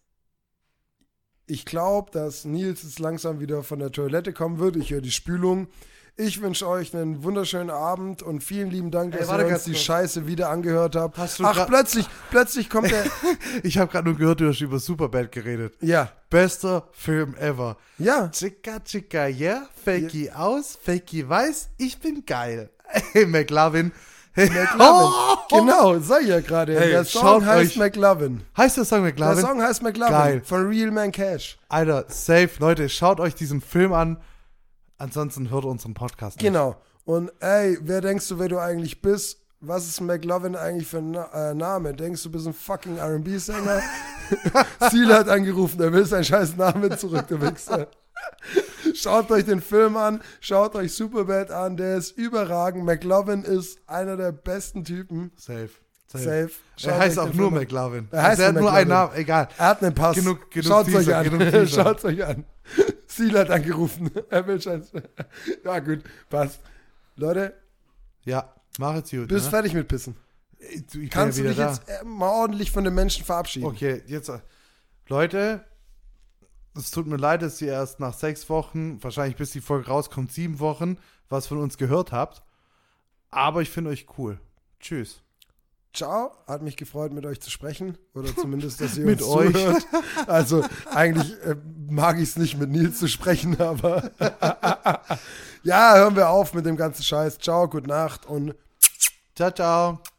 ich glaube, dass Nils jetzt langsam wieder von der Toilette kommen wird. Ich höre die Spülung. Ich wünsche euch einen wunderschönen Abend und vielen lieben Dank, dass ihr uns die Scheiße wieder angehört habt. Ach, plötzlich kommt der... Ich habe gerade nur gehört, du hast über Superbad geredet. Ja. Bester Film ever. Ja. Chica, chica, yeah. Fakey aus, Fakey weiß, ich bin geil. Hey, McLovin. McLovin. Genau, sag ich ja gerade. Hey, der Song heißt McLovin. Heißt der Song McLovin? Der Song heißt McLovin. Geil. Von Real Man Cash. Alter, safe. Leute, schaut euch diesen Film an. Ansonsten hört unseren Podcast nicht. Genau. Und ey, wer denkst du, wer du eigentlich bist? Was ist McLovin eigentlich für ein Name? Denkst du, bist ein fucking R&B-Sänger? Seal hat angerufen, er will seinen scheiß Namen zurück, du Wichser. Schaut euch den Film an, schaut euch Superbad an, der ist überragend. McLovin ist einer der besten Typen. Safe. Er heißt auch nur McLovin. Er heißt hat nur McLovin. einen Namen, egal. Er hat einen Pass. Genug Schaut es euch Teaser, an. genug Teaser. Schaut euch an. Seal hat angerufen. Er will scheiß. Ja, gut, passt. Leute, Ja, mach jetzt gut. bist ne? fertig mit Pissen. Ich Kannst du bin dich ja wieder jetzt mal ordentlich von den Menschen verabschieden? Okay, jetzt, Leute, es tut mir leid, dass ihr erst nach 6 Wochen, wahrscheinlich bis die Folge rauskommt, 7 Wochen, was von uns gehört habt. Aber ich finde euch cool. Tschüss. Ciao, hat mich gefreut, mit euch zu sprechen. Oder zumindest, dass ihr Mit uns euch. zuhört. Also, eigentlich mag ich es nicht, mit Nils zu sprechen, aber ja, hören wir auf mit dem ganzen Scheiß. Ciao, gute Nacht und Ciao, ciao.